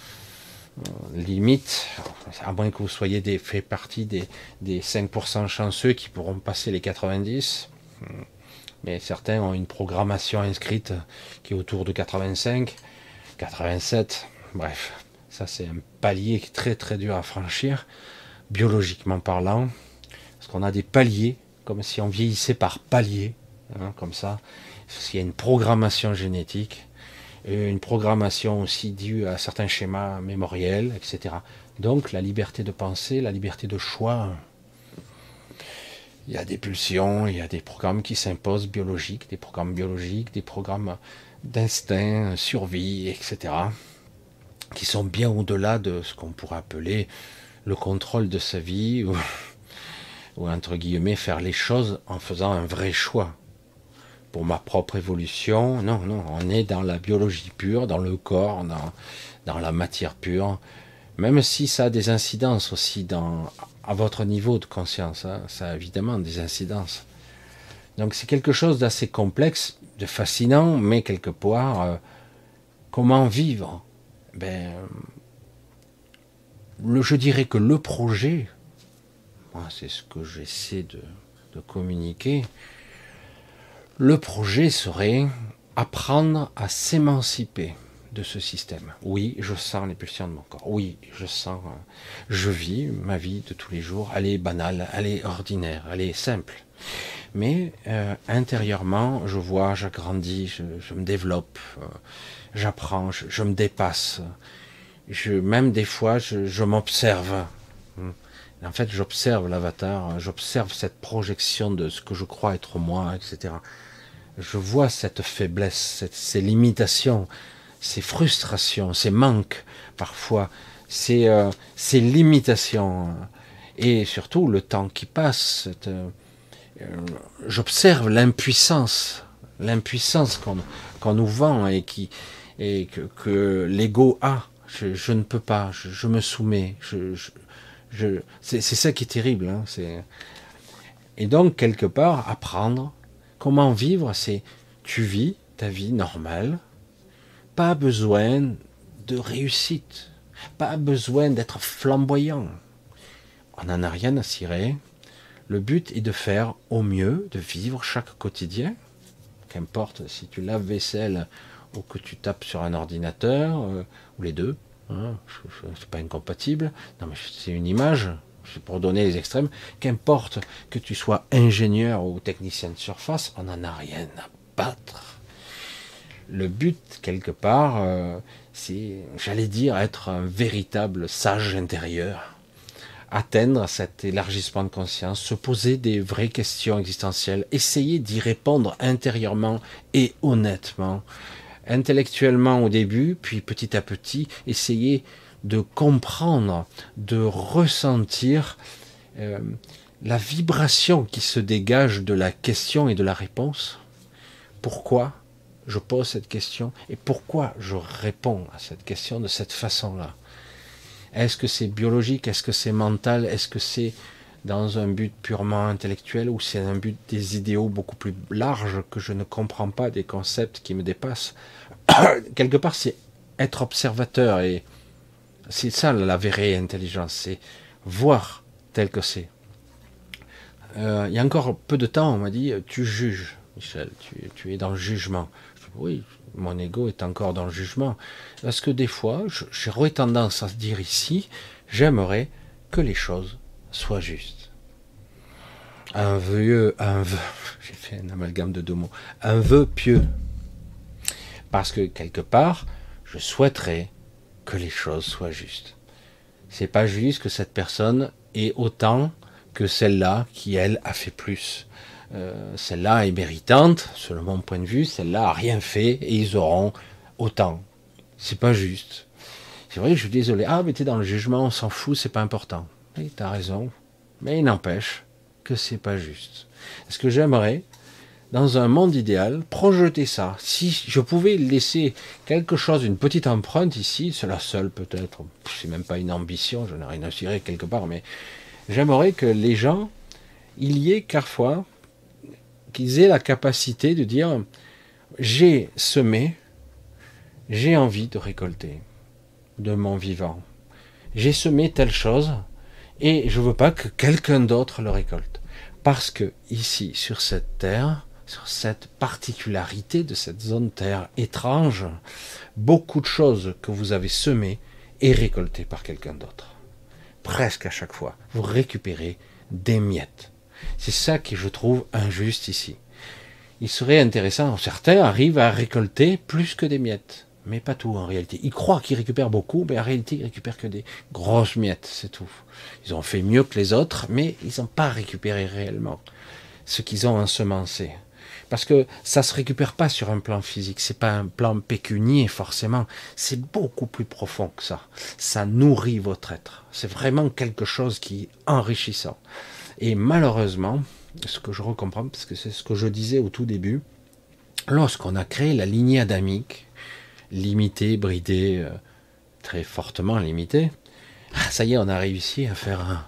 S1: limite, à moins que vous soyez fait partie des 5% chanceux qui pourront passer les 90. Mais certains ont une programmation inscrite qui est autour de 85, 87. Bref, ça c'est un palier très très dur à franchir, biologiquement parlant, parce qu'on a des paliers, comme si on vieillissait par paliers, comme ça. Il y a une programmation génétique, et une programmation aussi due à certains schémas mémoriels, etc. Donc la liberté de penser, la liberté de choix. Il y a des pulsions, il y a des programmes qui s'imposent biologiques, des programmes d'instinct, survie, etc. qui sont bien au-delà de ce qu'on pourrait appeler le contrôle de sa vie ou entre guillemets faire les choses en faisant un vrai choix. Pour ma propre évolution, non, on est dans la biologie pure, dans le corps, dans la matière pure, même si ça a des incidences aussi à votre niveau de conscience, ça a évidemment des incidences. Donc c'est quelque chose d'assez complexe, de fascinant, mais quelque part, comment vivre? Je dirais que le projet, moi, c'est ce que j'essaie de communiquer, le projet serait apprendre à s'émanciper de ce système. Oui, je sens les pulsions de mon corps. Oui, je vis ma vie de tous les jours. Elle est banale, elle est ordinaire, elle est simple. Mais intérieurement, je vois, j'agrandis, je me développe, j'apprends, je me dépasse. Même des fois, je m'observe. En fait, j'observe l'avatar, j'observe cette projection de ce que je crois être moi, etc. Je vois cette faiblesse, ces limitations, ces frustrations, ces manques, parfois, ces limitations, et surtout le temps qui passe. J'observe l'impuissance qu'on nous vend et que l'ego a. Je ne peux pas, je me soumets, c'est ça qui est terrible. Et donc, quelque part, apprendre comment vivre, c'est tu vis ta vie normale, pas besoin de réussite, pas besoin d'être flamboyant. On n'en a rien à cirer. Le but est de faire au mieux, de vivre chaque quotidien, qu'importe si tu laves vaisselle ou que tu tapes sur un ordinateur, ou les deux, c'est pas incompatible, non mais c'est une image, c'est pour donner les extrêmes, qu'importe que tu sois ingénieur ou technicien de surface, on n'en a rien à battre. Le but, quelque part, c'est, j'allais dire, être un véritable sage intérieur, atteindre cet élargissement de conscience, se poser des vraies questions existentielles, essayer d'y répondre intérieurement et honnêtement, intellectuellement au début, puis petit à petit, essayer de comprendre, de ressentir la vibration qui se dégage de la question et de la réponse. Pourquoi je pose cette question et pourquoi je réponds à cette question de cette façon-là? Est-ce que c'est biologique? Est-ce que c'est mental? Est-ce que c'est dans un but purement intellectuel ou c'est un but des idéaux beaucoup plus larges que je ne comprends pas, des concepts qui me dépassent. Quelque part, c'est être observateur et c'est ça la vraie intelligence, c'est voir tel que c'est. Il y a encore peu de temps, on m'a dit, tu juges, Michel, tu es dans le jugement. Je dis, oui, mon ego est encore dans le jugement. Parce que des fois, j'aurais tendance à se dire ici, j'aimerais que les choses soient justes. J'ai fait un amalgame de deux mots, un vœu pieux. Parce que quelque part, je souhaiterais que les choses soient justes. C'est pas juste que cette personne ait autant que celle-là qui, elle, a fait plus. Celle-là est méritante, selon mon point de vue, celle-là a rien fait et ils auront autant. C'est pas juste. C'est vrai que je suis désolé. Ah, mais t'es dans le jugement, on s'en fout, c'est pas important. Oui, t'as raison. Mais il n'empêche que c'est pas juste. Est-ce que j'aimerais, dans un monde idéal, projeter ça? Si je pouvais laisser quelque chose, une petite empreinte ici, c'est la seule peut-être, c'est même pas une ambition, je n'ai rien à cirer quelque part, mais j'aimerais que les gens, il y ait parfois, qu'ils aient la capacité de dire, j'ai semé, j'ai envie de récolter de mon vivant. J'ai semé telle chose et je veux pas que quelqu'un d'autre le récolte. Parce que ici, sur cette terre, sur cette particularité de cette zone terre étrange, beaucoup de choses que vous avez semées est récoltées par quelqu'un d'autre. Presque à chaque fois, vous récupérez des miettes. C'est ça que je trouve injuste ici. Il serait intéressant, certains arrivent à récolter plus que des miettes, mais pas tout en réalité. Ils croient qu'ils récupèrent beaucoup, mais en réalité ils récupèrent que des grosses miettes, c'est tout. Ils ont fait mieux que les autres, mais ils n'ont pas récupéré réellement ce qu'ils ont ensemencé. Parce que ça se récupère pas sur un plan physique, c'est pas un plan pécunier forcément, c'est beaucoup plus profond que ça. Ça nourrit votre être. C'est vraiment quelque chose qui est enrichissant. Et malheureusement, ce que je recomprends, parce que c'est ce que je disais au tout début, lorsqu'on a créé la lignée adamique, limitée, bridée, très fortement limitée, ça y est, on a réussi à faire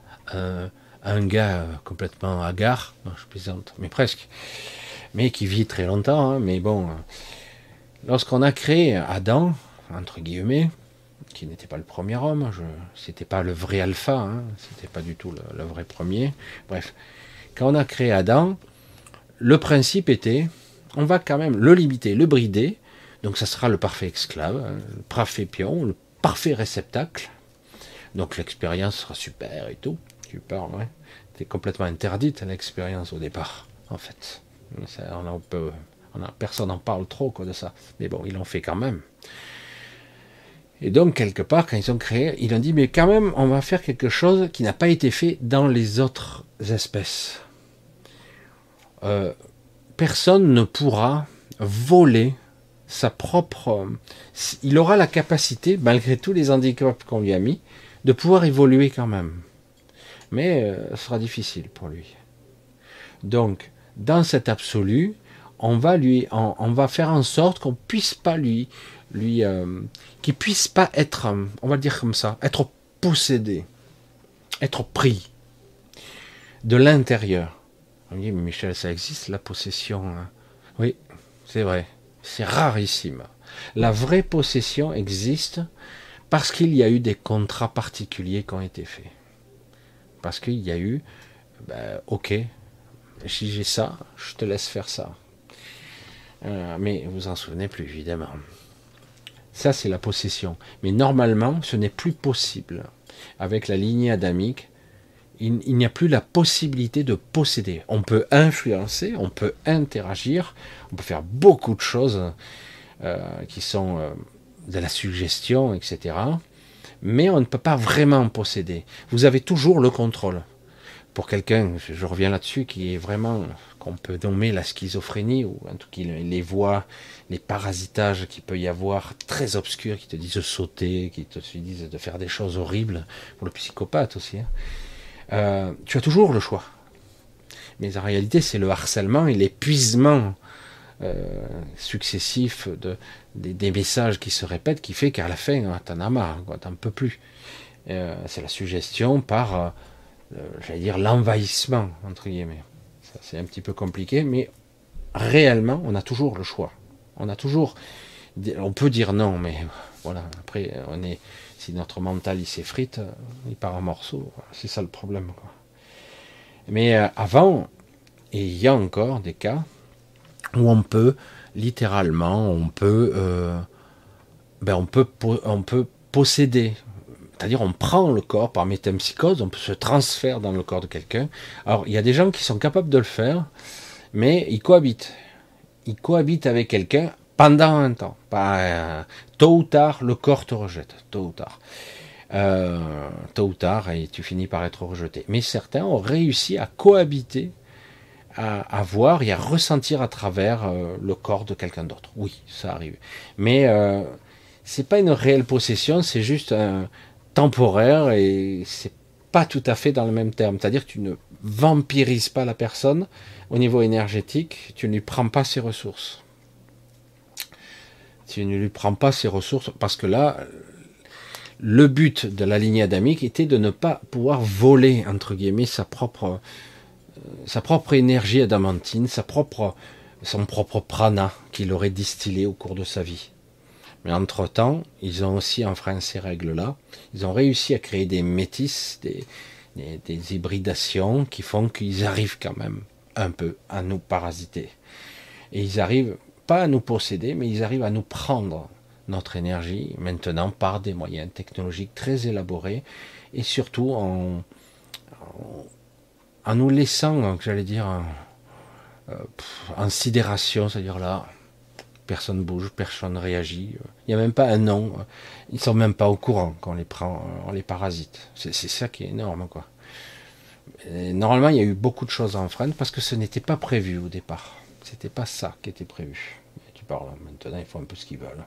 S1: un gars complètement hagard, non, je plaisante, mais presque, mais qui vit très longtemps, hein, mais bon, lorsqu'on a créé Adam, entre guillemets, qui n'était pas le premier homme, c'était pas le vrai alpha, hein, c'était pas du tout le vrai premier, bref, quand on a créé Adam, le principe était, on va quand même le limiter, le brider, donc ça sera le parfait esclave, hein, le parfait pion, le parfait réceptacle, donc l'expérience sera super et tout, super, ouais, c'était complètement interdite l'expérience au départ, en fait, ça, personne n'en parle trop quoi, de ça, mais bon, ils l'ont fait quand même. Et donc, quelque part, quand ils ont créé, ils ont dit, mais quand même, on va faire quelque chose qui n'a pas été fait dans les autres espèces. Personne ne pourra voler sa propre... Il aura la capacité, malgré tous les handicaps qu'on lui a mis, de pouvoir évoluer quand même. Mais ce sera difficile pour lui. Donc, dans cet absolu, on va faire en sorte qu'on puisse pas qu'il puisse pas être, on va le dire comme ça, être possédé, être pris de l'intérieur. On me dit, mais Michel, ça existe la possession, hein? Oui, c'est vrai, c'est rarissime. La vraie possession existe parce qu'il y a eu des contrats particuliers qui ont été faits. Parce qu'il y a eu, ok, si j'ai ça, je te laisse faire ça. Mais vous en souvenez plus, évidemment. Ça, c'est la possession. Mais normalement, ce n'est plus possible. Avec la lignée adamique, il n'y a plus la possibilité de posséder. On peut influencer, on peut interagir, on peut faire beaucoup de choses qui sont de la suggestion, etc. Mais on ne peut pas vraiment posséder. Vous avez toujours le contrôle. Pour quelqu'un, je reviens là-dessus, qui est vraiment, qu'on peut nommer la schizophrénie, ou en tout cas les voix, les parasitages qu'il peut y avoir, très obscurs, qui te disent de sauter, qui te disent de faire des choses horribles, pour le psychopathe aussi. Hein. Tu as toujours le choix. Mais en réalité, c'est le harcèlement et l'épuisement successif des messages qui se répètent qui fait qu'à la fin, t'en as marre, t'en peux plus. C'est la suggestion par... j'allais dire l'envahissement, entre guillemets. Ça, c'est un petit peu compliqué, mais réellement, on a toujours le choix. On a toujours, on peut dire non, mais voilà, après, si notre mental il s'effrite, il part en morceaux. C'est ça le problème, quoi. Mais avant, et il y a encore des cas où on peut, littéralement, on peut posséder. C'est-à-dire, on prend le corps par métempsychose, on peut se transférer dans le corps de quelqu'un. Alors, il y a des gens qui sont capables de le faire, mais ils cohabitent. Ils cohabitent avec quelqu'un pendant un temps. Tôt ou tard, le corps te rejette. Tôt ou tard. Tôt ou tard, et tu finis par être rejeté. Mais certains ont réussi à cohabiter, à voir et à ressentir à travers le corps de quelqu'un d'autre. Oui, ça arrive. Mais c'est pas une réelle possession, c'est juste temporaire et c'est pas tout à fait dans le même terme. C'est-à-dire que tu ne vampirises pas la personne au niveau énergétique, tu ne lui prends pas ses ressources. Tu ne lui prends pas ses ressources parce que là, le but de la lignée adamique était de ne pas pouvoir voler, entre guillemets, sa propre énergie adamantine, son propre prana qu'il aurait distillé au cours de sa vie. Mais entre-temps, ils ont aussi enfreint ces règles-là. Ils ont réussi à créer des métis, des hybridations qui font qu'ils arrivent quand même un peu à nous parasiter. Et ils arrivent pas à nous posséder, mais ils arrivent à nous prendre notre énergie maintenant par des moyens technologiques très élaborés et surtout en nous laissant, j'allais dire, en sidération, c'est-à-dire là, personne bouge, personne réagit, il n'y a même pas un nom, ils sont même pas au courant qu'on les prend, on les parasite. C'est ça qui est énorme, quoi. Et normalement, il y a eu beaucoup de choses à enfreindre parce que ce n'était pas prévu au départ. C'était pas ça qui était prévu. Mais tu parles, maintenant, ils font un peu ce qu'ils veulent.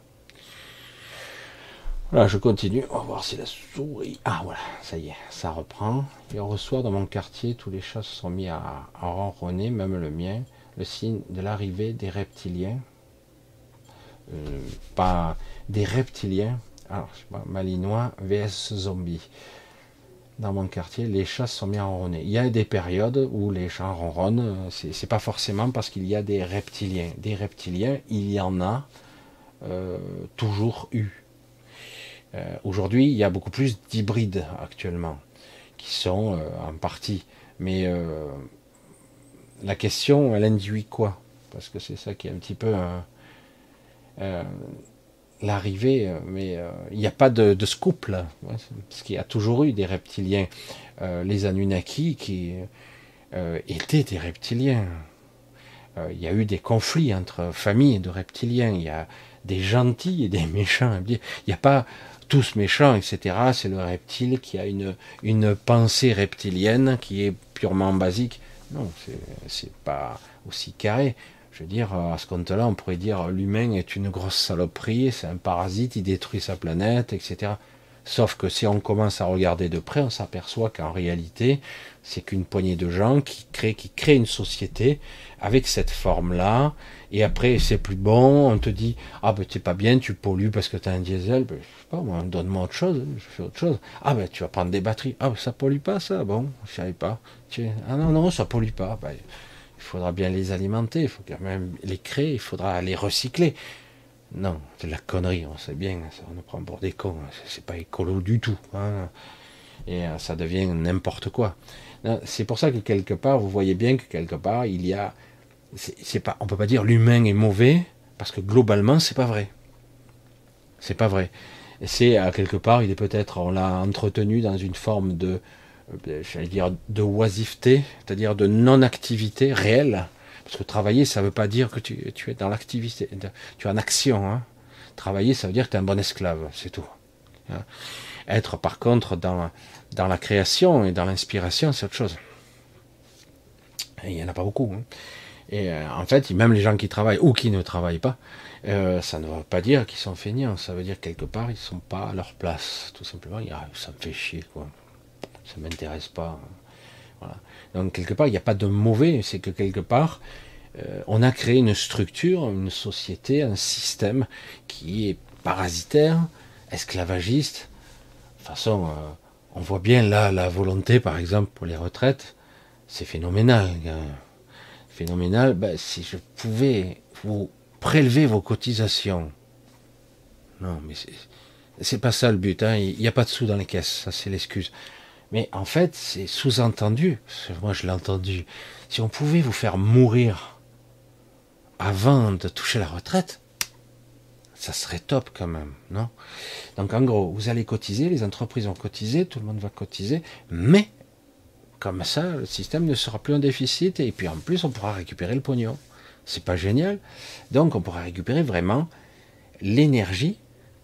S1: Voilà, je continue. On va voir si la souris... Ah voilà, ça y est, ça reprend. Hier soir, dans mon quartier, tous les chats se sont mis à ronronner, même le mien. Le signe de l'arrivée des reptiliens. Pas des reptiliens. Alors, je sais pas, malinois vs zombies. Dans mon quartier, les chats se sont mis à ronronner. Il y a des périodes où les chats ronronnent. C'est pas forcément parce qu'il y a des reptiliens. Des reptiliens, il y en a toujours eu. Aujourd'hui, il y a beaucoup plus d'hybrides actuellement, qui sont en partie. Mais la question, elle induit quoi? Parce que c'est ça qui est un petit peu l'arrivée, mais il n'y a pas de scoop là. Parce qu'il y a toujours eu des reptiliens. Les Anunnaki qui étaient des reptiliens. Il y a eu des conflits entre familles de reptiliens. Il y a des gentils et des méchants. Il n'y a pas tous méchants, etc. C'est le reptile qui a une pensée reptilienne qui est purement basique. Non, c'est pas aussi carré. Je veux dire, à ce compte-là, on pourrait dire l'humain est une grosse saloperie, c'est un parasite, il détruit sa planète, etc. Sauf que si on commence à regarder de près, on s'aperçoit qu'en réalité, c'est qu'une poignée de gens qui créent une société avec cette forme-là, et après c'est plus bon, on te dit, ah ben t'es pas bien, tu pollues parce que t'as un diesel, ben, je sais pas, moi, donne-moi autre chose, je fais autre chose. Ah ben tu vas prendre des batteries, ah ben ça pollue pas ça, bon, je savais pas. Ah non, non, ça pollue pas, ben, il faudra bien les alimenter, il faut quand même les créer, il faudra les recycler. Non, c'est de la connerie, on sait bien, on nous prend pour des cons, c'est pas écolo du tout, hein, et ça devient n'importe quoi. C'est pour ça que quelque part, vous voyez bien que quelque part, il y a, c'est pas, on peut pas dire l'humain est mauvais, parce que globalement, c'est pas vrai. C'est pas vrai. C'est à quelque part, il est peut-être, on l'a entretenu dans une forme j'allais dire, de oisiveté, c'est-à-dire de non-activité réelle. Parce que travailler, ça ne veut pas dire que tu es dans l'activité, tu es en action. Hein. Travailler, ça veut dire que tu es un bon esclave, c'est tout. Hein. Être par contre dans la création et dans l'inspiration, c'est autre chose. Et il n'y en a pas beaucoup. Hein. Et en fait, même les gens qui travaillent ou qui ne travaillent pas, ça ne veut pas dire qu'ils sont feignants. Ça veut dire que quelque part, ils ne sont pas à leur place. Tout simplement, ça me fait chier, quoi. Ça ne m'intéresse pas. Voilà. Donc quelque part, il n'y a pas de mauvais, c'est que quelque part, on a créé une structure, une société, un système qui est parasitaire, esclavagiste. De toute façon, On voit bien là la volonté, par exemple, pour les retraites, c'est phénoménal. Phénoménal. Ben, si je pouvais vous prélever vos cotisations. Non, mais c'est pas ça le but. Hein. Il n'y a pas de sous dans les caisses, ça c'est l'excuse. Mais en fait, c'est sous-entendu. Moi, je l'ai entendu. Si on pouvait vous faire mourir avant de toucher la retraite, ça serait top quand même, non? Donc en gros, vous allez cotiser, les entreprises vont cotiser, tout le monde va cotiser, mais comme ça, le système ne sera plus en déficit et puis en plus, on pourra récupérer le pognon. C'est pas génial? Donc on pourra récupérer vraiment l'énergie,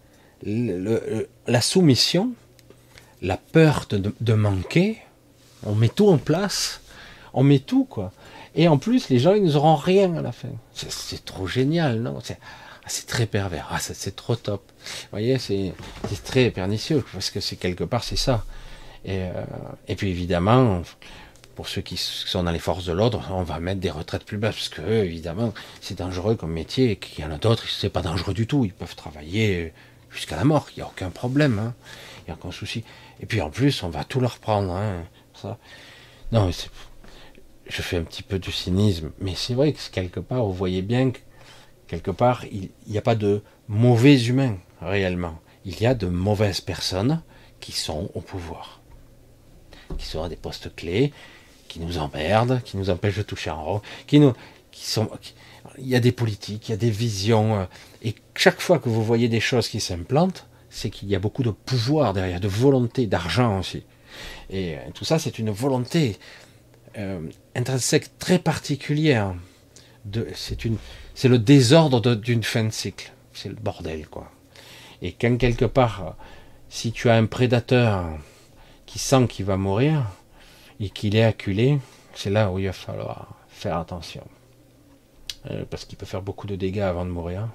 S1: la soumission, la peur de manquer. On met tout en place, on met tout quoi. Et en plus, les gens, ils n'auront rien à la fin. C'est trop génial, non? C'est très pervers. Ah, c'est trop top. Vous voyez, c'est très pernicieux parce que c'est quelque part, c'est ça. Et puis évidemment, pour ceux qui sont dans les forces de l'ordre, on va mettre des retraites plus basses parce que évidemment, c'est dangereux comme métier. Et qu'il y en a d'autres, c'est pas dangereux du tout. Ils peuvent travailler jusqu'à la mort. Il n'y a aucun problème. Hein. Il n'y a aucun souci. Et puis en plus, on va tout leur prendre. Hein, ça. Non, mais je fais un petit peu du cynisme, mais c'est vrai que quelque part, vous voyez bien que quelque part, il n'y a pas de mauvais humains réellement. Il y a de mauvaises personnes qui sont au pouvoir, qui sont à des postes clés, qui nous emmerdent, qui nous empêchent de toucher en haut, il y a des politiques, il y a des visions, et chaque fois que vous voyez des choses qui s'implantent, c'est qu'il y a beaucoup de pouvoir derrière, de volonté, d'argent aussi. Et tout ça, c'est une volonté intrinsèque très particulière. C'est le désordre d'une fin de cycle. C'est le bordel, quoi. Et quand quelque part, si tu as un prédateur qui sent qu'il va mourir et qu'il est acculé, c'est là où il va falloir faire attention. Parce qu'il peut faire beaucoup de dégâts avant de mourir.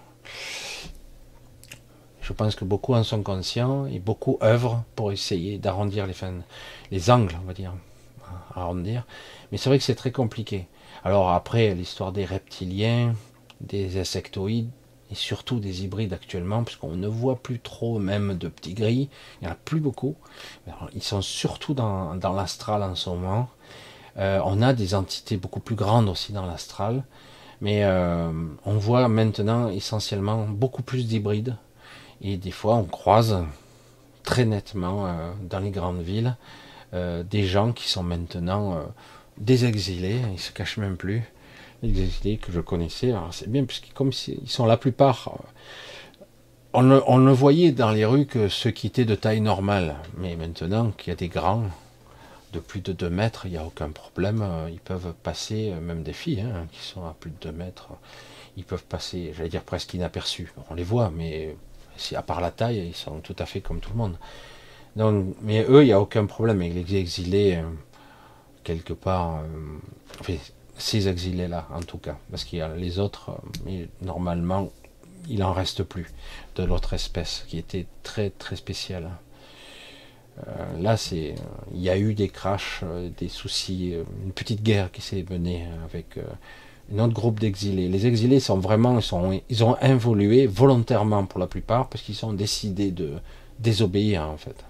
S1: Je pense que beaucoup en sont conscients et beaucoup œuvrent pour essayer d'arrondir les angles, on va dire, arrondir. Mais c'est vrai que c'est très compliqué. Alors après, l'histoire des reptiliens, des insectoïdes, et surtout des hybrides actuellement, puisqu'on ne voit plus trop même de petits gris, il n'y en a plus beaucoup. Alors, ils sont surtout dans l'astral en ce moment. On a des entités beaucoup plus grandes aussi dans l'astral, mais on voit maintenant essentiellement beaucoup plus d'hybrides. Et des fois, on croise très nettement dans les grandes villes des gens qui sont maintenant des exilés, ils se cachent même plus. Les exilés que je connaissais, c'est bien, puisque comme ils sont la plupart, on ne voyait dans les rues que ceux qui étaient de taille normale. Mais maintenant qu'il y a des grands, de plus de 2 mètres, il n'y a aucun problème, ils peuvent passer, même des filles hein, qui sont à plus de 2 mètres, ils peuvent passer, j'allais dire presque inaperçus. On les voit, mais à part la taille, ils sont tout à fait comme tout le monde. Donc, mais eux, il n'y a aucun problème avec les exilés, quelque part, enfin, ces exilés-là, en tout cas, parce qu'il y a les autres, normalement, il en reste plus de l'autre espèce, qui était très très spéciale. Là, il y a eu des crashs, des soucis, une petite guerre qui s'est menée avec un autre groupe d'exilés. Les exilés sont vraiment, ils ont évolué volontairement pour la plupart, parce qu'ils ont décidé de désobéir, en fait.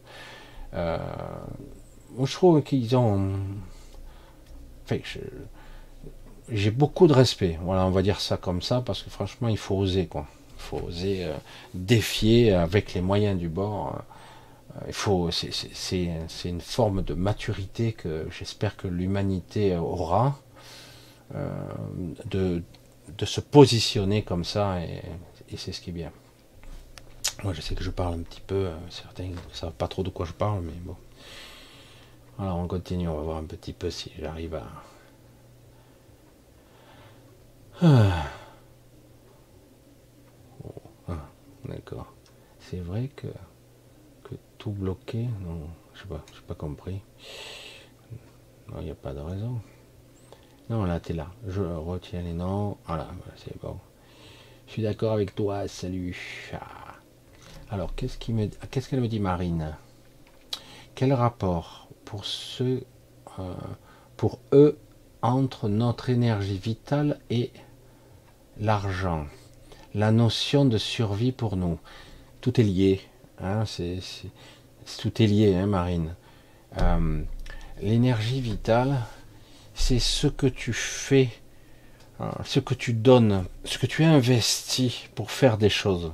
S1: Moi, je trouve qu'ils ont... Enfin, j'ai beaucoup de respect, voilà, on va dire ça comme ça, parce que franchement, il faut oser, quoi. Il faut oser défier avec les moyens du bord. C'est une forme de maturité que j'espère que l'humanité aura, euh, de se positionner comme ça, et c'est ce qui est bien. Moi, je sais que je parle un petit peu, certains ne savent pas trop de quoi je parle, mais bon. Alors, on continue, on va voir un petit peu si j'arrive à... Oh, ah, d'accord. C'est vrai que tout bloqué, non, je sais pas, j'ai pas compris. Non, il n'y a pas de raison. Non, là, t'es là. Je retiens les noms. Voilà, c'est bon. Je suis d'accord avec toi, salut. Ah. Alors, qu'est-ce qu'elle me dit, Marine? Quel rapport pour eux, entre notre énergie vitale et l'argent, la notion de survie pour nous? Tout est lié. Hein, Tout est lié, hein, Marine. Euh, L'énergie vitale, c'est ce que tu fais, ce que tu donnes, ce que tu investis pour faire des choses.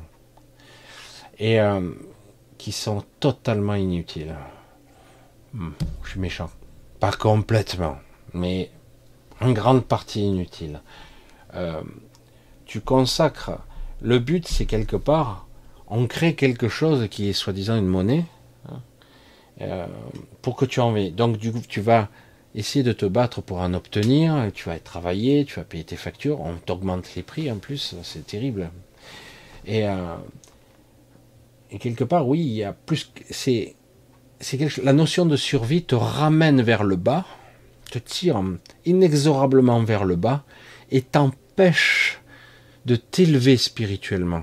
S1: Et qui sont totalement inutiles. Je suis méchant. Pas complètement, mais en grande partie inutile. Euh, Tu consacres. Le but, c'est quelque part, on crée quelque chose qui est soi-disant une monnaie, hein, pour que tu en aies. Donc, du coup, tu vas essayer de te battre pour en obtenir, tu vas travailler, tu vas payer tes factures, on t'augmente les prix en plus, c'est terrible. Et, euh, et quelque part, oui, il y a plus. La notion de survie te ramène vers le bas, te tire inexorablement vers le bas et t'empêche de t'élever spirituellement.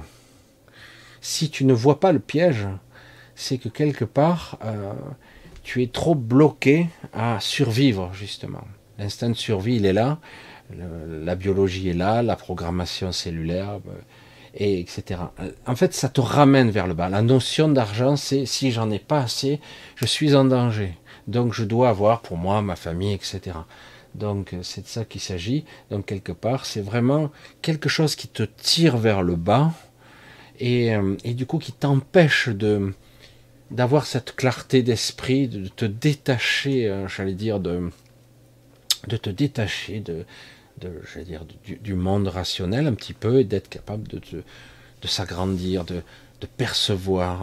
S1: Si tu ne vois pas le piège, c'est que quelque part, tu es trop bloqué à survivre, justement. L'instinct de survie, il est là, la biologie est là, la programmation cellulaire, et etc. En fait, ça te ramène vers le bas. La notion d'argent, c'est si j'en ai pas assez, je suis en danger. Donc je dois avoir pour moi, ma famille, etc. Donc c'est de ça qu'il s'agit. Donc quelque part, c'est vraiment quelque chose qui te tire vers le bas et du coup qui t'empêche de d'avoir cette clarté d'esprit, de te détacher, j'allais dire, de te détacher j'allais dire, du monde rationnel un petit peu et d'être capable de s'agrandir, de percevoir,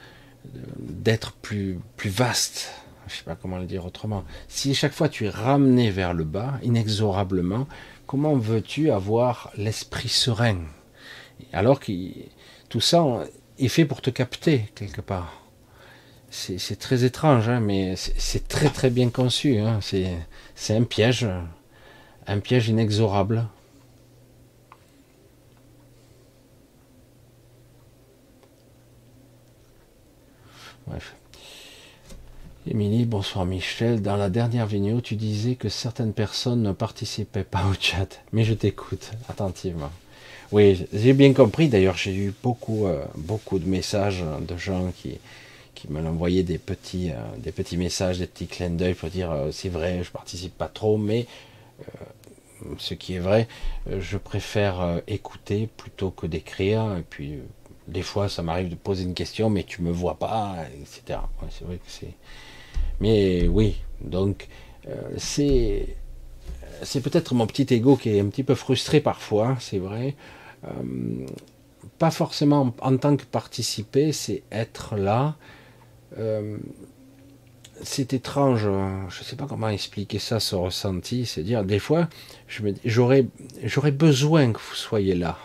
S1: d'être plus vaste. Je ne sais pas comment le dire autrement. Si chaque fois tu es ramené vers le bas, inexorablement, comment veux-tu avoir l'esprit serein? Alors que tout ça est fait pour te capter quelque part. C'est très étrange, hein, mais c'est très très bien conçu. Hein. C'est un piège inexorable. Bref. Émilie, bonsoir Michel. Dans la dernière vidéo, tu disais que certaines personnes ne participaient pas au chat, mais je t'écoute attentivement. Oui, j'ai bien compris. D'ailleurs, j'ai eu beaucoup de messages de gens qui me envoyaient des petits messages, des petits clins d'œil pour dire c'est vrai, je participe pas trop, mais ce qui est vrai, je préfère écouter plutôt que d'écrire. Et puis, des fois, ça m'arrive de poser une question, mais tu me vois pas, etc. Ouais, c'est vrai que c'est. Mais oui, donc c'est peut-être mon petit ego qui est un petit peu frustré parfois, c'est vrai. Euh, Pas forcément en tant que participer, c'est être là. Euh, c'est étrange, je ne sais pas comment expliquer ça, ce ressenti, c'est dire des fois, j'aurais besoin que vous soyez là.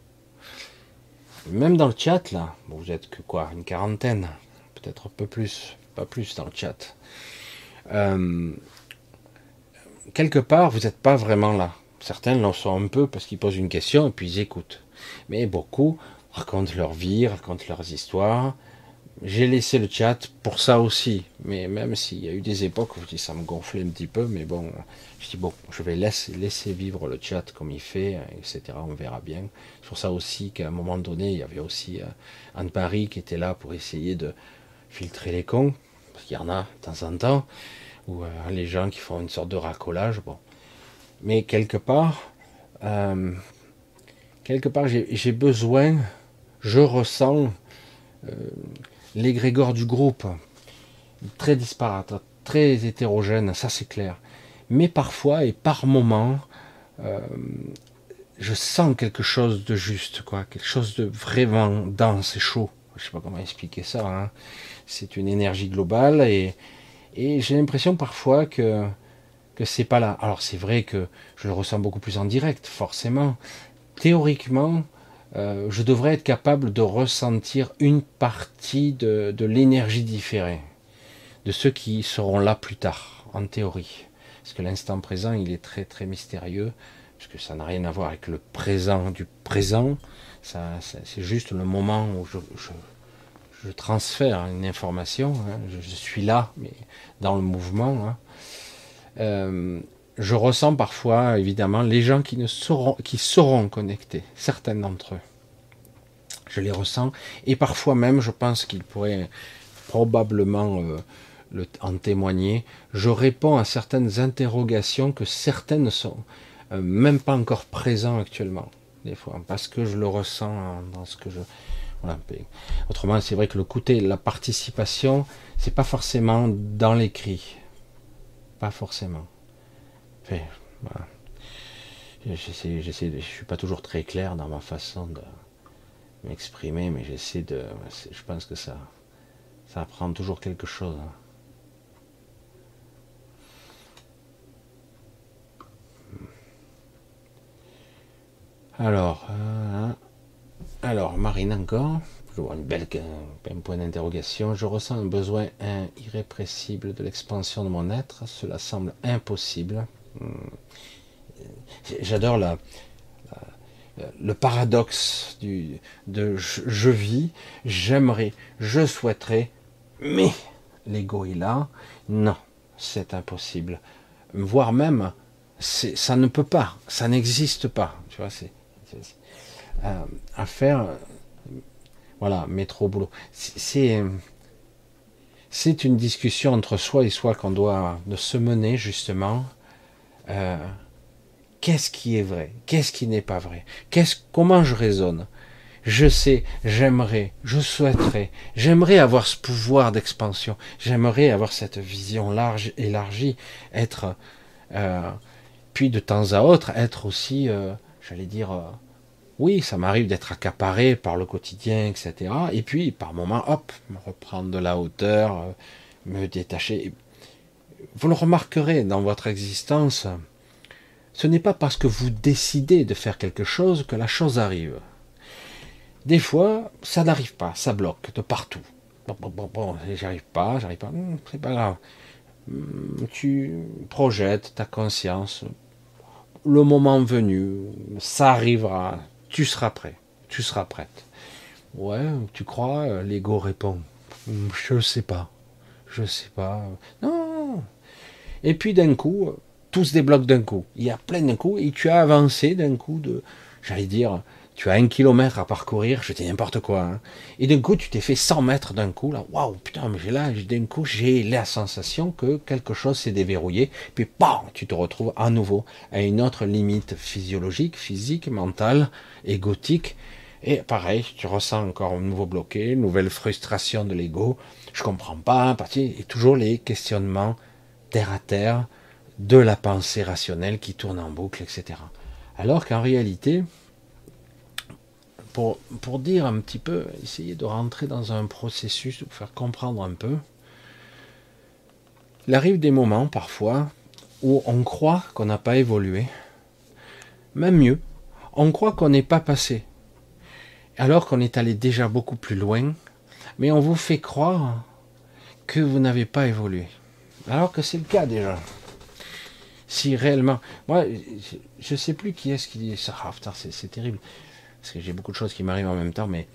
S1: Même dans le chat là, bon, vous êtes que quoi, une quarantaine, peut-être un peu plus, pas plus dans le chat. Euh, Quelque part, vous n'êtes pas vraiment là. Certains l'en sont un peu parce qu'ils posent une question et puis ils écoutent. Mais beaucoup racontent leur vie, racontent leurs histoires. J'ai laissé le chat pour ça aussi. Mais même s'il y a eu des époques où je dis ça me gonflait un petit peu, mais bon, je dis bon, je vais laisser vivre le chat comme il fait, etc. On verra bien. C'est pour ça aussi qu'à un moment donné, il y avait aussi Anne-Paris qui était là pour essayer de filtrer les cons. Parce qu'il y en a de temps en temps ou les gens qui font une sorte de racolage. Bon, mais euh, quelque part, j'ai besoin, je ressens euh, l'égrégore du groupe, très disparate, très hétérogène, ça c'est clair. Mais parfois et par moments, euh, je sens quelque chose de juste, quoi, quelque chose de vraiment dense et chaud. Je sais pas comment expliquer ça. Hein. C'est une énergie globale et j'ai l'impression parfois que c'est pas là. Alors c'est vrai que je le ressens beaucoup plus en direct, forcément. Théoriquement, je devrais être capable de ressentir une partie de l'énergie différée, de ceux qui seront là plus tard, en théorie. Parce que l'instant présent, il est très très mystérieux, parce que ça n'a rien à voir avec le présent du présent. C'est juste le moment où je transfère une information. Hein, je suis là, mais dans le mouvement. Hein. Je ressens parfois, évidemment, les gens qui seront connectés, certains d'entre eux. Je les ressens, et parfois même, je pense qu'ils pourraient probablement en témoigner. Je réponds à certaines interrogations que certaines ne sont même pas encore présentes actuellement, des fois, parce que je le ressens dans ce que je... Voilà. Autrement, c'est vrai que le côté, la participation, c'est pas forcément dans l'écrit. Pas forcément. Enfin, voilà. Je suis pas toujours très clair dans ma façon de m'exprimer, mais je pense que ça apprend toujours quelque chose. Alors, Marine encore. Je vois un point d'interrogation. Je ressens un besoin irrépressible de l'expansion de mon être. Cela semble impossible. J'adore le paradoxe de je vis, j'aimerais, je souhaiterais, mais l'ego est là. Non, c'est impossible. Voire même, ça ne peut pas, ça n'existe pas. Tu vois, à faire. Voilà, métro boulot. C'est une discussion entre soi et soi qu'on doit de se mener justement. Qu'est-ce qui est vrai? Qu'est-ce qui n'est pas vrai? Comment je raisonne? Je sais, j'aimerais, je souhaiterais, j'aimerais avoir ce pouvoir d'expansion, j'aimerais avoir cette vision large, élargie, être, puis de temps à autre, être aussi, j'allais dire, oui, ça m'arrive d'être accaparé par le quotidien, etc. Et puis, par moments, hop, me reprendre de la hauteur, me détacher. Vous le remarquerez dans votre existence, ce n'est pas parce que vous décidez de faire quelque chose que la chose arrive. Des fois, ça n'arrive pas, ça bloque de partout. Bon, j'arrive pas, c'est pas grave. Tu projettes ta conscience. Le moment venu, ça arrivera. Tu seras prêt, tu seras prête. Ouais, tu crois? L'ego répond. Je sais pas, je sais pas. Non. Et puis d'un coup, tout se débloque d'un coup. Il y a plein d'un coup et tu as avancé d'un coup j'allais dire, tu as 1 kilomètre à parcourir, je dis n'importe quoi. Hein. Et d'un coup, tu t'es fait 100 mètres d'un coup, là, waouh, putain, mais d'un coup, j'ai la sensation que quelque chose s'est déverrouillé, puis bam, tu te retrouves à nouveau à une autre limite physiologique, physique, mentale, égotique, et pareil, tu ressens encore un nouveau bloqué, une nouvelle frustration de l'ego, je comprends pas, et toujours les questionnements terre à terre de la pensée rationnelle qui tourne en boucle, etc. Alors qu'en réalité, pour dire un petit peu, essayer de rentrer dans un processus, de vous faire comprendre un peu, il arrive des moments parfois où on croit qu'on n'a pas évolué, même mieux, on croit qu'on n'est pas passé, alors qu'on est allé déjà beaucoup plus loin, mais on vous fait croire que vous n'avez pas évolué, alors que c'est le cas déjà. Si réellement, moi, je sais plus qui est-ce qui dit ça, ah, putain, c'est terrible. Parce que j'ai beaucoup de choses qui m'arrivent en même temps, mais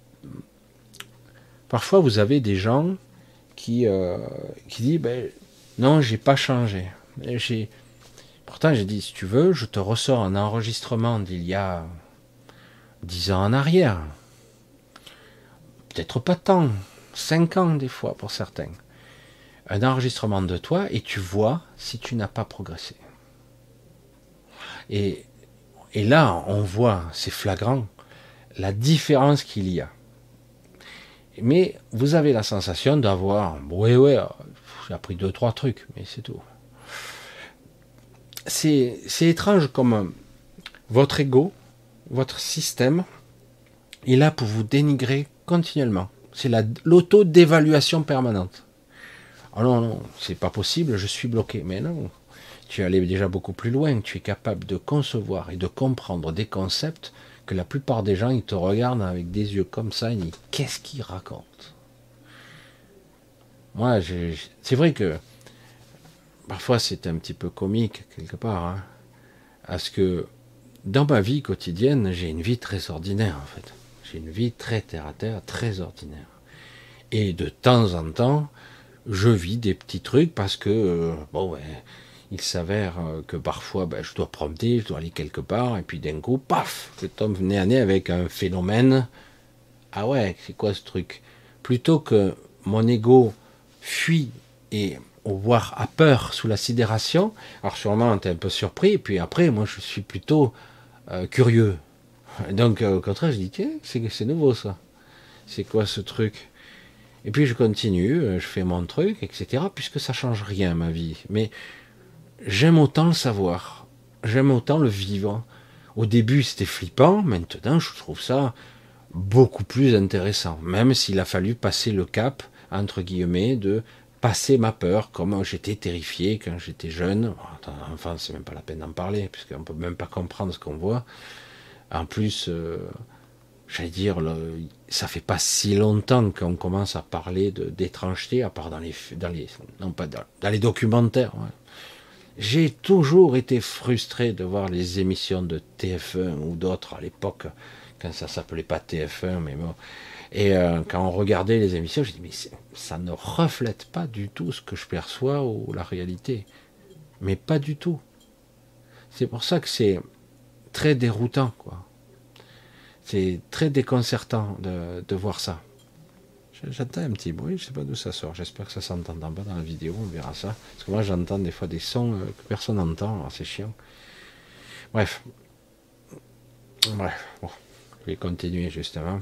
S1: parfois vous avez des gens qui disent ben, non, j'ai pas changé. Pourtant j'ai dit si tu veux, je te ressors un enregistrement d'il y a 10 ans en arrière. Peut-être pas tant, 5 ans des fois pour certains. Un enregistrement de toi et tu vois si tu n'as pas progressé. Et là, on voit, c'est flagrant, la différence qu'il y a. Mais vous avez la sensation d'avoir, ouais, j'ai appris 2-3 trucs, mais c'est tout. C'est étrange comme votre ego, votre système, est là pour vous dénigrer continuellement. C'est l'auto-dévaluation permanente. Oh non, c'est pas possible, je suis bloqué. Mais non, tu es allé déjà beaucoup plus loin, tu es capable de concevoir et de comprendre des concepts que la plupart des gens, ils te regardent avec des yeux comme ça, et ils disent, qu'est-ce qu'ils racontent? Moi, c'est vrai que parfois c'est un petit peu comique quelque part, hein, parce que dans ma vie quotidienne, j'ai une vie très ordinaire en fait. J'ai une vie très terre à terre, très ordinaire. Et de temps en temps, je vis des petits trucs parce que, il s'avère que parfois, je dois promener, je dois aller quelque part, et puis d'un coup, paf, je tombe nez à nez avec un phénomène. Ah ouais, c'est quoi ce truc? Plutôt que mon ego fuit et voire a peur sous la sidération, alors sûrement tu es un peu surpris, et puis après moi je suis plutôt curieux. Donc au contraire je dis tiens, c'est nouveau ça. C'est quoi ce truc? Et puis je continue, je fais mon truc, etc. Puisque ça change rien ma vie. Mais j'aime autant le savoir, j'aime autant le vivre. Au début c'était flippant, maintenant je trouve ça beaucoup plus intéressant. Même s'il a fallu passer le cap, entre guillemets, de passer ma peur, comme j'étais terrifié quand j'étais jeune. Enfin, c'est même pas la peine d'en parler, puisqu'on peut même pas comprendre ce qu'on voit. En plus, j'allais dire, ça fait pas si longtemps qu'on commence à parler d'étrangeté, à part non pas dans les documentaires. Ouais. J'ai toujours été frustré de voir les émissions de TF1 ou d'autres à l'époque, quand ça s'appelait pas TF1, mais bon. Et quand on regardait les émissions, j'ai dit mais ça ne reflète pas du tout ce que je perçois ou la réalité, mais pas du tout. C'est pour ça que c'est très déroutant, quoi. C'est très déconcertant de voir ça. J'entends un petit bruit, je sais pas d'où ça sort. J'espère que ça s'entendra pas dans la vidéo, on verra ça. Parce que moi j'entends des fois des sons que personne n'entend, alors c'est chiant. Bref. Bon, je vais continuer justement.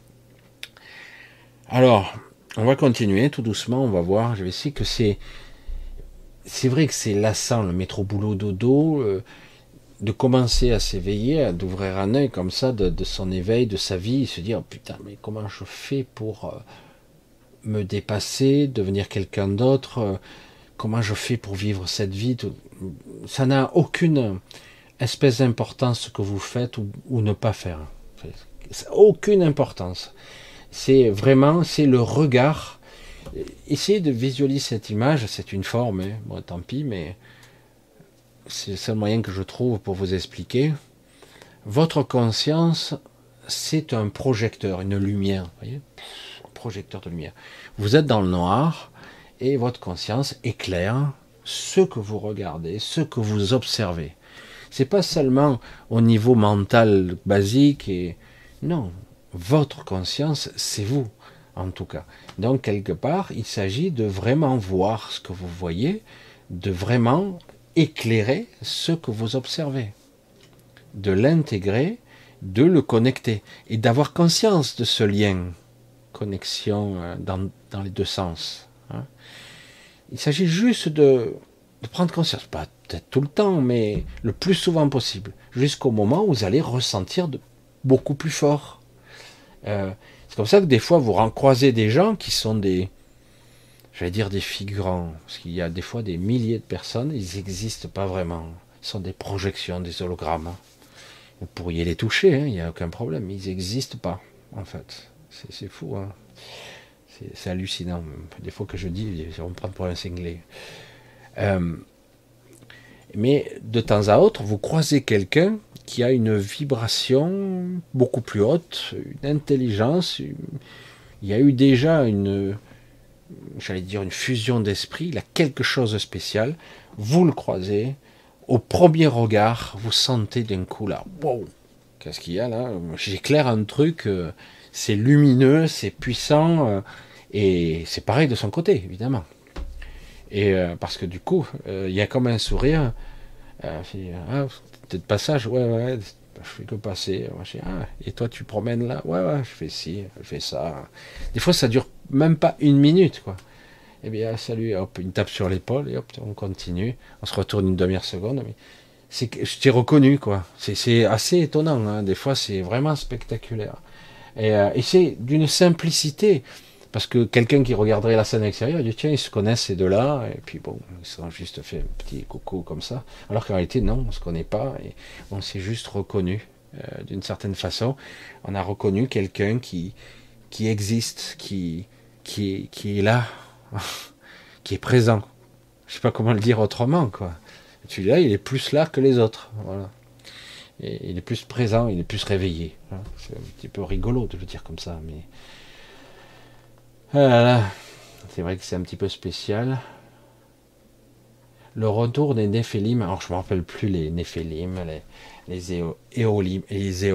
S1: Alors, on va continuer tout doucement, on va voir. Je vais essayer que c'est vrai que c'est lassant le métro boulot dodo, de commencer à s'éveiller, d'ouvrir un œil comme ça de son éveil, de sa vie, et se dire putain mais comment je fais pour me dépasser, devenir quelqu'un d'autre, comment je fais pour vivre cette vie, ça n'a aucune espèce d'importance ce que vous faites ou ne pas faire. Aucune importance. C'est vraiment, c'est le regard. Essayez de visualiser cette image, c'est une forme, hein. Bon, tant pis, mais c'est le seul moyen que je trouve pour vous expliquer. Votre conscience, c'est un projecteur, une lumière, vous voyez, un projecteur de lumière. Vous êtes dans le noir et votre conscience éclaire ce que vous regardez, ce que vous observez. C'est pas seulement au niveau mental basique et non, votre conscience, c'est vous en tout cas. Donc quelque part, il s'agit de vraiment voir ce que vous voyez, de vraiment éclairer ce que vous observez, de l'intégrer, de le connecter et d'avoir conscience de ce lien, connexion dans les deux sens. Hein. Il s'agit juste de prendre conscience, pas peut-être tout le temps, mais le plus souvent possible, jusqu'au moment où vous allez ressentir beaucoup plus fort. C'est comme ça que des fois vous croisez des gens qui sont j'allais dire des figurants, parce qu'il y a des fois des milliers de personnes, ils n'existent pas vraiment, ils sont des projections, des hologrammes. Vous pourriez les toucher, hein, il n'y a aucun problème, ils n'existent pas, en fait. C'est fou, hein. C'est hallucinant. Des fois que je dis, on me prend pour un cinglé. Mais de temps à autre, vous croisez quelqu'un qui a une vibration beaucoup plus haute, une intelligence. Il y a eu déjà j'allais dire une fusion d'esprit, il a quelque chose de spécial. Vous le croisez, au premier regard, vous sentez d'un coup là, wow, qu'est-ce qu'il y a là? J'éclaire un truc, c'est lumineux, c'est puissant, et c'est pareil de son côté, évidemment. Et parce que du coup, il y a comme un sourire. T'es de passage, ouais, je fais que passer. Et toi, tu promènes là, ouais, je fais ci, je fais ça. Des fois, ça dure même pas une minute, quoi. Eh bien, salut, hop, une tape sur l'épaule, et hop, on continue. On se retourne une demi-seconde. Mais je t'ai reconnu, quoi. C'est assez étonnant, hein. Des fois, c'est vraiment spectaculaire. Et c'est d'une simplicité. Parce que quelqu'un qui regarderait la scène extérieure, il dit tiens, ils se connaissent ces deux-là, et puis bon, ils se sont juste fait un petit coucou comme ça. Alors qu'en réalité, non, on se connaît pas, et on s'est juste reconnu d'une certaine façon. On a reconnu quelqu'un qui existe, qui est là, qui est présent. Je sais pas comment le dire autrement, quoi. Celui-là, il est plus là que les autres, voilà. Et il est plus présent, il est plus réveillé. Hein. C'est un petit peu rigolo de le dire comme ça, mais c'est vrai que c'est un petit peu spécial. Le retour des Néphélim, alors je ne me rappelle plus les Néphélim, les Éolim,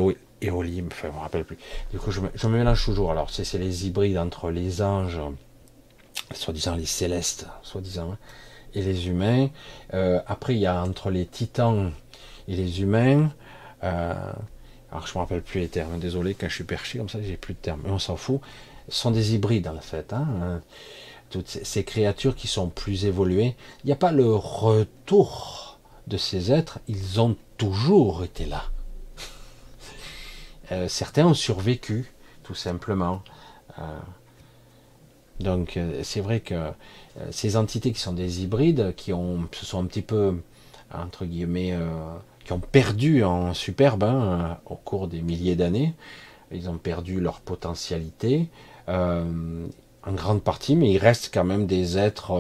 S1: enfin je ne me rappelle plus. Du coup je me mélange toujours. Alors c'est les hybrides entre les anges soi-disant les célestes, soi-disant, hein, et les humains. Après, il y a entre les titans et les humains. Alors, je me rappelle plus les termes. Désolé, quand je suis perché comme ça, j'ai plus de termes. Mais on s'en fout. Ce sont des hybrides en fait. Toutes ces créatures qui sont plus évoluées. Il n'y a pas le retour de ces êtres. Ils ont toujours été là. Certains ont survécu, tout simplement. Donc c'est vrai que ces entités qui sont des hybrides, se sont un petit peu, entre guillemets, qui ont perdu en superbe au cours des milliers d'années, ils ont perdu leur potentialité en grande partie, mais ils restent quand même des êtres,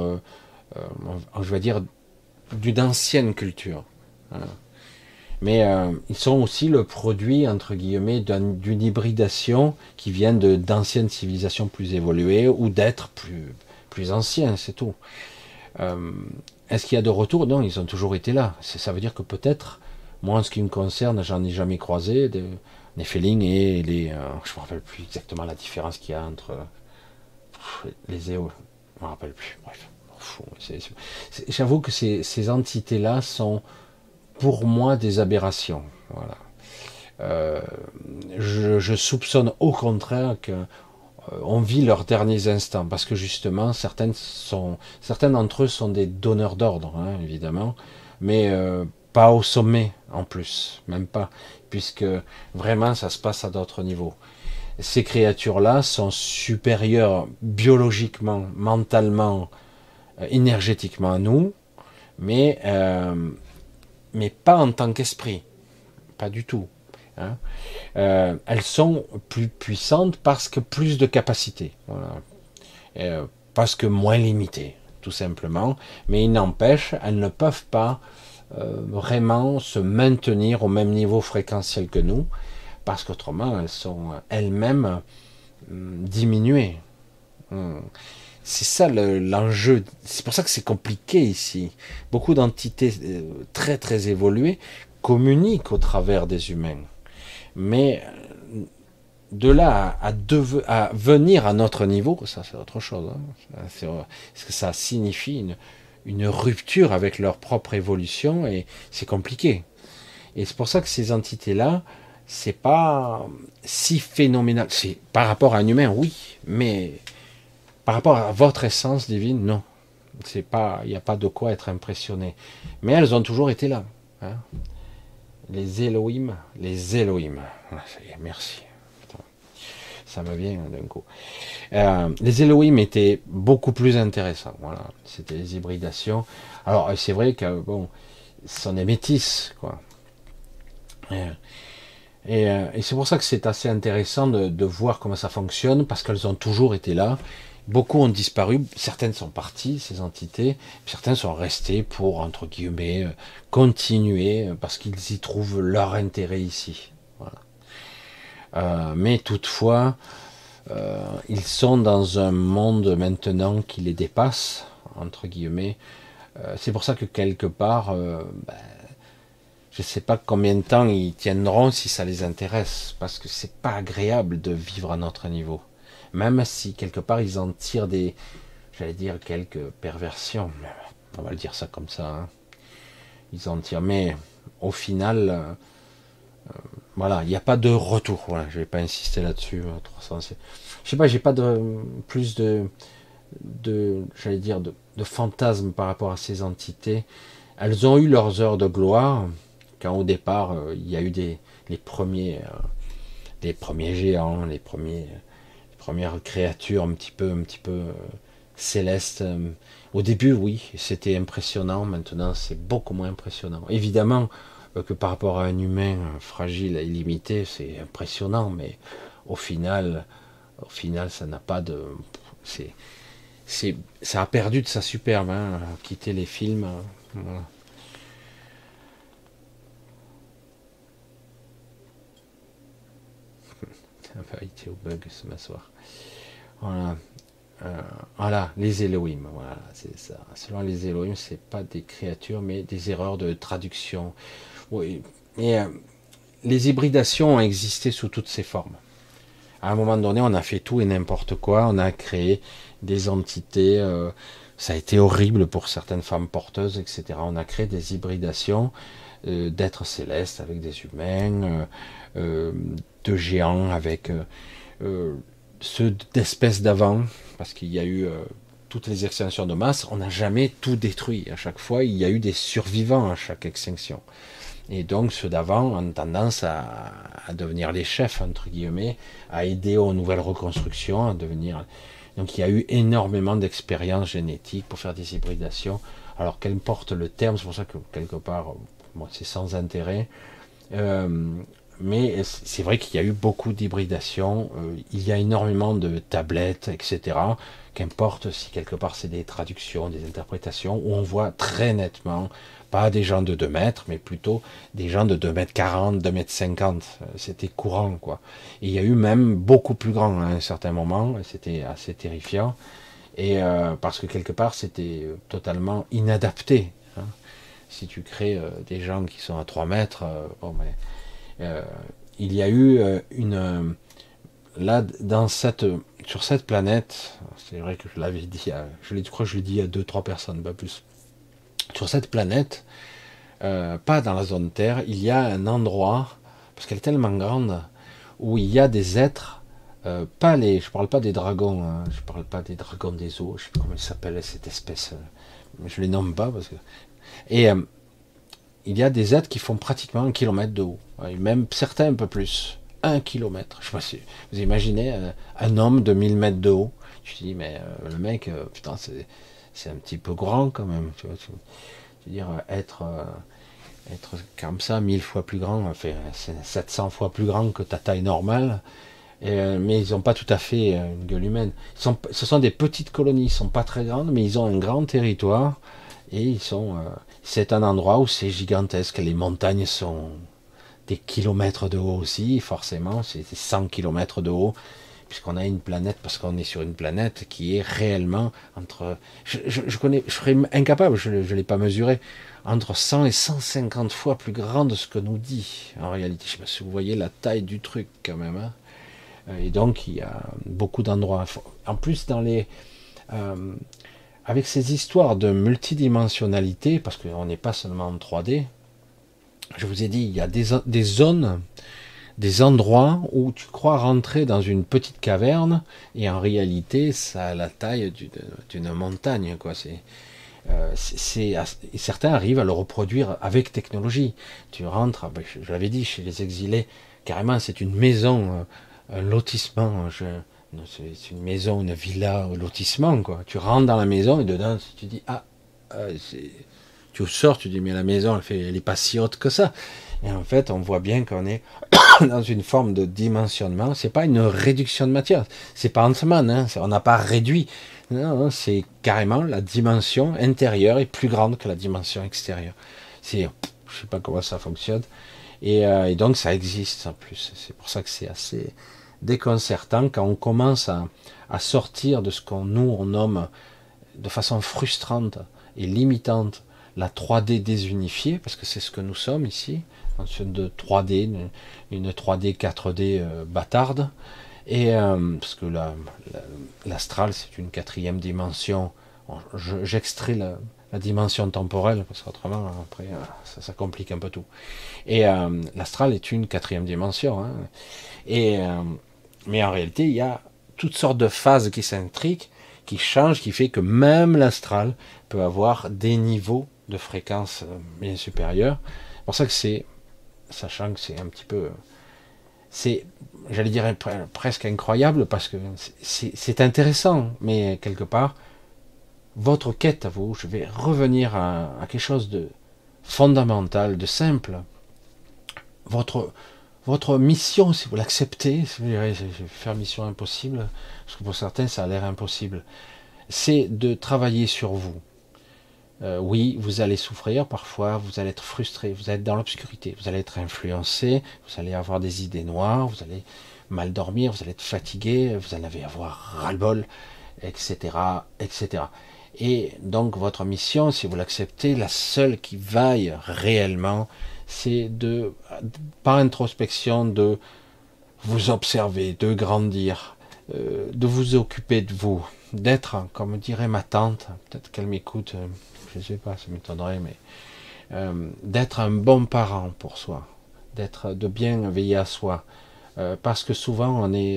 S1: je vais dire, d'une ancienne culture. Voilà. Mais ils sont aussi le produit, entre guillemets, d'une hybridation qui vient d'anciennes civilisations plus évoluées ou d'êtres plus anciens, c'est tout. Euh, Est-ce qu'il y a de retour? Non, ils ont toujours été là. Ça veut dire que peut-être, moi en ce qui me concerne, j'en ai jamais croisé des Néphilim et les... je me rappelle plus exactement la différence qu'il y a entre les Éo. Je me rappelle plus. Bref. J'avoue que ces entités-là sont pour moi des aberrations. Voilà. Euh, je soupçonne au contraire que on vit leurs derniers instants parce que justement certains d'entre eux sont des donneurs d'ordre, hein, évidemment, mais pas au sommet en plus, même pas, puisque vraiment ça se passe à d'autres niveaux. Ces créatures-là sont supérieures biologiquement, mentalement, énergétiquement à nous, mais pas en tant qu'esprit, pas du tout. Hein. Elles sont plus puissantes parce que plus de capacité, voilà. Parce que moins limitées, tout simplement. Mais il n'empêche, elles ne peuvent pas vraiment se maintenir au même niveau fréquentiel que nous, parce qu'autrement elles sont elles-mêmes diminuées. C'est ça l'enjeu. C'est pour ça que c'est compliqué ici. Beaucoup d'entités très très évoluées communiquent au travers des humains. Mais de là à venir à notre niveau, ça c'est autre chose. Hein. Parce que ça signifie une rupture avec leur propre évolution et c'est compliqué. Et c'est pour ça que ces entités-là, c'est pas si phénoménal. C'est par rapport à un humain, oui, mais par rapport à votre essence divine, non. C'est pas, il n'y a pas de quoi être impressionné. Mais elles ont toujours été là. Hein. Les Elohim, les Elohim. Voilà, ça y est, merci. Putain, ça me vient d'un coup. Les Elohim étaient beaucoup plus intéressants. Voilà, c'était les hybridations. Alors c'est vrai que bon, ce sont des métis, quoi. Et c'est pour ça que c'est assez intéressant de voir comment ça fonctionne, parce qu'elles ont toujours été là. Beaucoup ont disparu, certaines sont parties, ces entités, certaines sont restées pour, entre guillemets, continuer, parce qu'ils y trouvent leur intérêt ici. Voilà. Mais toutefois, ils sont dans un monde maintenant qui les dépasse, entre guillemets. C'est pour ça que quelque part, je ne sais pas combien de temps ils tiendront si ça les intéresse, parce que c'est pas agréable de vivre à notre niveau. Même si quelque part ils en tirent j'allais dire quelques perversions, on va le dire ça comme ça, hein. Ils en tirent, mais au final, voilà, il n'y a pas de retour. Voilà, je vais pas insister là-dessus. 300, je sais pas, j'ai pas de plus j'allais dire de fantasmes par rapport à ces entités. Elles ont eu leurs heures de gloire quand au départ il y a eu les premiers géants, les premières créatures un petit peu célestes. Au début, oui, c'était impressionnant. Maintenant, c'est beaucoup moins impressionnant. Évidemment que par rapport à un humain fragile et limité, c'est impressionnant, mais au final, ça n'a pas de, ça a perdu de sa superbe. Hein, quitter les films. Voilà. Vérité au bug ce m'asseoir. Voilà. Voilà, les Elohim, voilà, c'est ça. Selon les Elohim, c'est pas des créatures, mais des erreurs de traduction. Oui, mais les hybridations ont existé sous toutes ces formes. À un moment donné, on a fait tout et n'importe quoi. On a créé des entités. Ça a été horrible pour certaines femmes porteuses, etc. On a créé des hybridations d'êtres célestes avec des humains, de géants avec ceux d'espèces d'avant, parce qu'il y a eu toutes les extinctions de masse. On n'a jamais tout détruit. À chaque fois, il y a eu des survivants à chaque extinction. Et donc ceux d'avant ont tendance à devenir les chefs, entre guillemets, à aider aux nouvelles reconstructions, à devenir... Donc il y a eu énormément d'expériences génétiques pour faire des hybridations. Alors qu'importe le terme, c'est pour ça que quelque part, moi, c'est sans intérêt. Mais c'est vrai qu'il y a eu beaucoup d'hybridations. Il y a énormément de tablettes, etc. Qu'importe si quelque part c'est des traductions, des interprétations, où on voit très nettement pas des gens de 2 mètres, mais plutôt des gens de 2,40 m, 2,50 m. C'était courant, quoi. Et il y a eu même beaucoup plus grand à un certain moment, et c'était assez terrifiant. Et parce que quelque part, c'était totalement inadapté. Hein. Si tu crées des gens qui sont à 3 mètres, bon, mais, il y a eu là, sur cette planète, c'est vrai que je l'avais dit, je crois que je l'ai dit à 2-3 personnes, pas plus. Sur cette planète, pas dans la zone Terre, il y a un endroit, parce qu'elle est tellement grande, où il y a des êtres, je parle pas des dragons, hein, je parle pas des dragons des eaux, je sais pas comment ils s'appellent cette espèce, je les nomme pas parce que. Et il y a des êtres qui font pratiquement 1 kilomètre de haut, et même certains un peu plus, 1 kilomètre. Je sais pas si vous imaginez un homme de 1000 mètres de haut. Je dis mais le mec, putain, c'est un petit peu grand quand même. Tu vois, je veux dire être comme ça 1000 fois plus grand, enfin, c'est 700 fois plus grand que ta taille normale. Mais ils n'ont pas tout à fait une gueule humaine. Ce sont des petites colonies, ils sont pas très grandes, mais ils ont un grand territoire et c'est un endroit où c'est gigantesque. Les montagnes sont des kilomètres de haut aussi, forcément, c'est 100 kilomètres de haut, puisqu'on a une planète, parce qu'on est sur une planète qui est réellement entre, je serais incapable, je l'ai pas mesuré, entre 100 et 150 fois plus grand de ce que nous dit en réalité. Je sais pas si vous voyez la taille du truc quand même. Hein. Et donc il y a beaucoup d'endroits. En plus avec ces histoires de multidimensionnalité, parce qu'on n'est pas seulement en 3D, je vous ai dit, il y a des zones, des endroits où tu crois rentrer dans une petite caverne et en réalité ça a la taille d'une montagne, quoi. Et certains arrivent à le reproduire avec technologie. Tu rentres, je l'avais dit, chez les exilés, carrément c'est une maison, un lotissement, c'est une maison, une villa au lotissement, quoi. Tu rentres dans la maison et dedans tu dis tu sors, tu dis mais la maison elle est pas si haute que ça. Et en fait on voit bien qu'on est dans une forme de dimensionnement. C'est pas une réduction de matière, c'est pas Ant-Man, hein. On n'a pas réduit. Non, c'est carrément la dimension intérieure est plus grande que la dimension extérieure. Je sais pas comment ça fonctionne. Et donc ça existe en plus. C'est pour ça que c'est assez déconcertant quand on commence à sortir de ce qu'on on nomme de façon frustrante et limitante la 3D désunifiée, parce que c'est ce que nous sommes ici, de 3D, une 3D 4D bâtarde, et parce que l'astral c'est une 4e dimension. J'extrais la dimension temporelle, parce qu'autrement après ça complique un peu tout. Et l'astral est une 4e dimension, hein. Mais en réalité il y a toutes sortes de phases qui s'intriquent, qui changent, qui fait que même l'astral peut avoir des niveaux de fréquence bien supérieurs. C'est pour ça que sachant que c'est un petit peu, j'allais dire presque incroyable, parce que c'est intéressant, mais quelque part, votre quête à vous, je vais revenir à quelque chose de fondamental, de simple. Votre mission, si vous l'acceptez, je vais faire mission impossible, parce que pour certains ça a l'air impossible, c'est de travailler sur vous. Oui, vous allez souffrir parfois, vous allez être frustré, vous allez être dans l'obscurité, vous allez être influencé, vous allez avoir des idées noires, vous allez mal dormir, vous allez être fatigué, vous allez avoir ras-le-bol, etc., etc. Et donc votre mission, si vous l'acceptez, la seule qui vaille réellement, c'est par introspection, de vous observer, de grandir, de vous occuper de vous, d'être, comme dirait ma tante, peut-être qu'elle m'écoute, je ne sais pas, ça m'étonnerait, mais d'être un bon parent pour soi, de bien veiller à soi, parce que souvent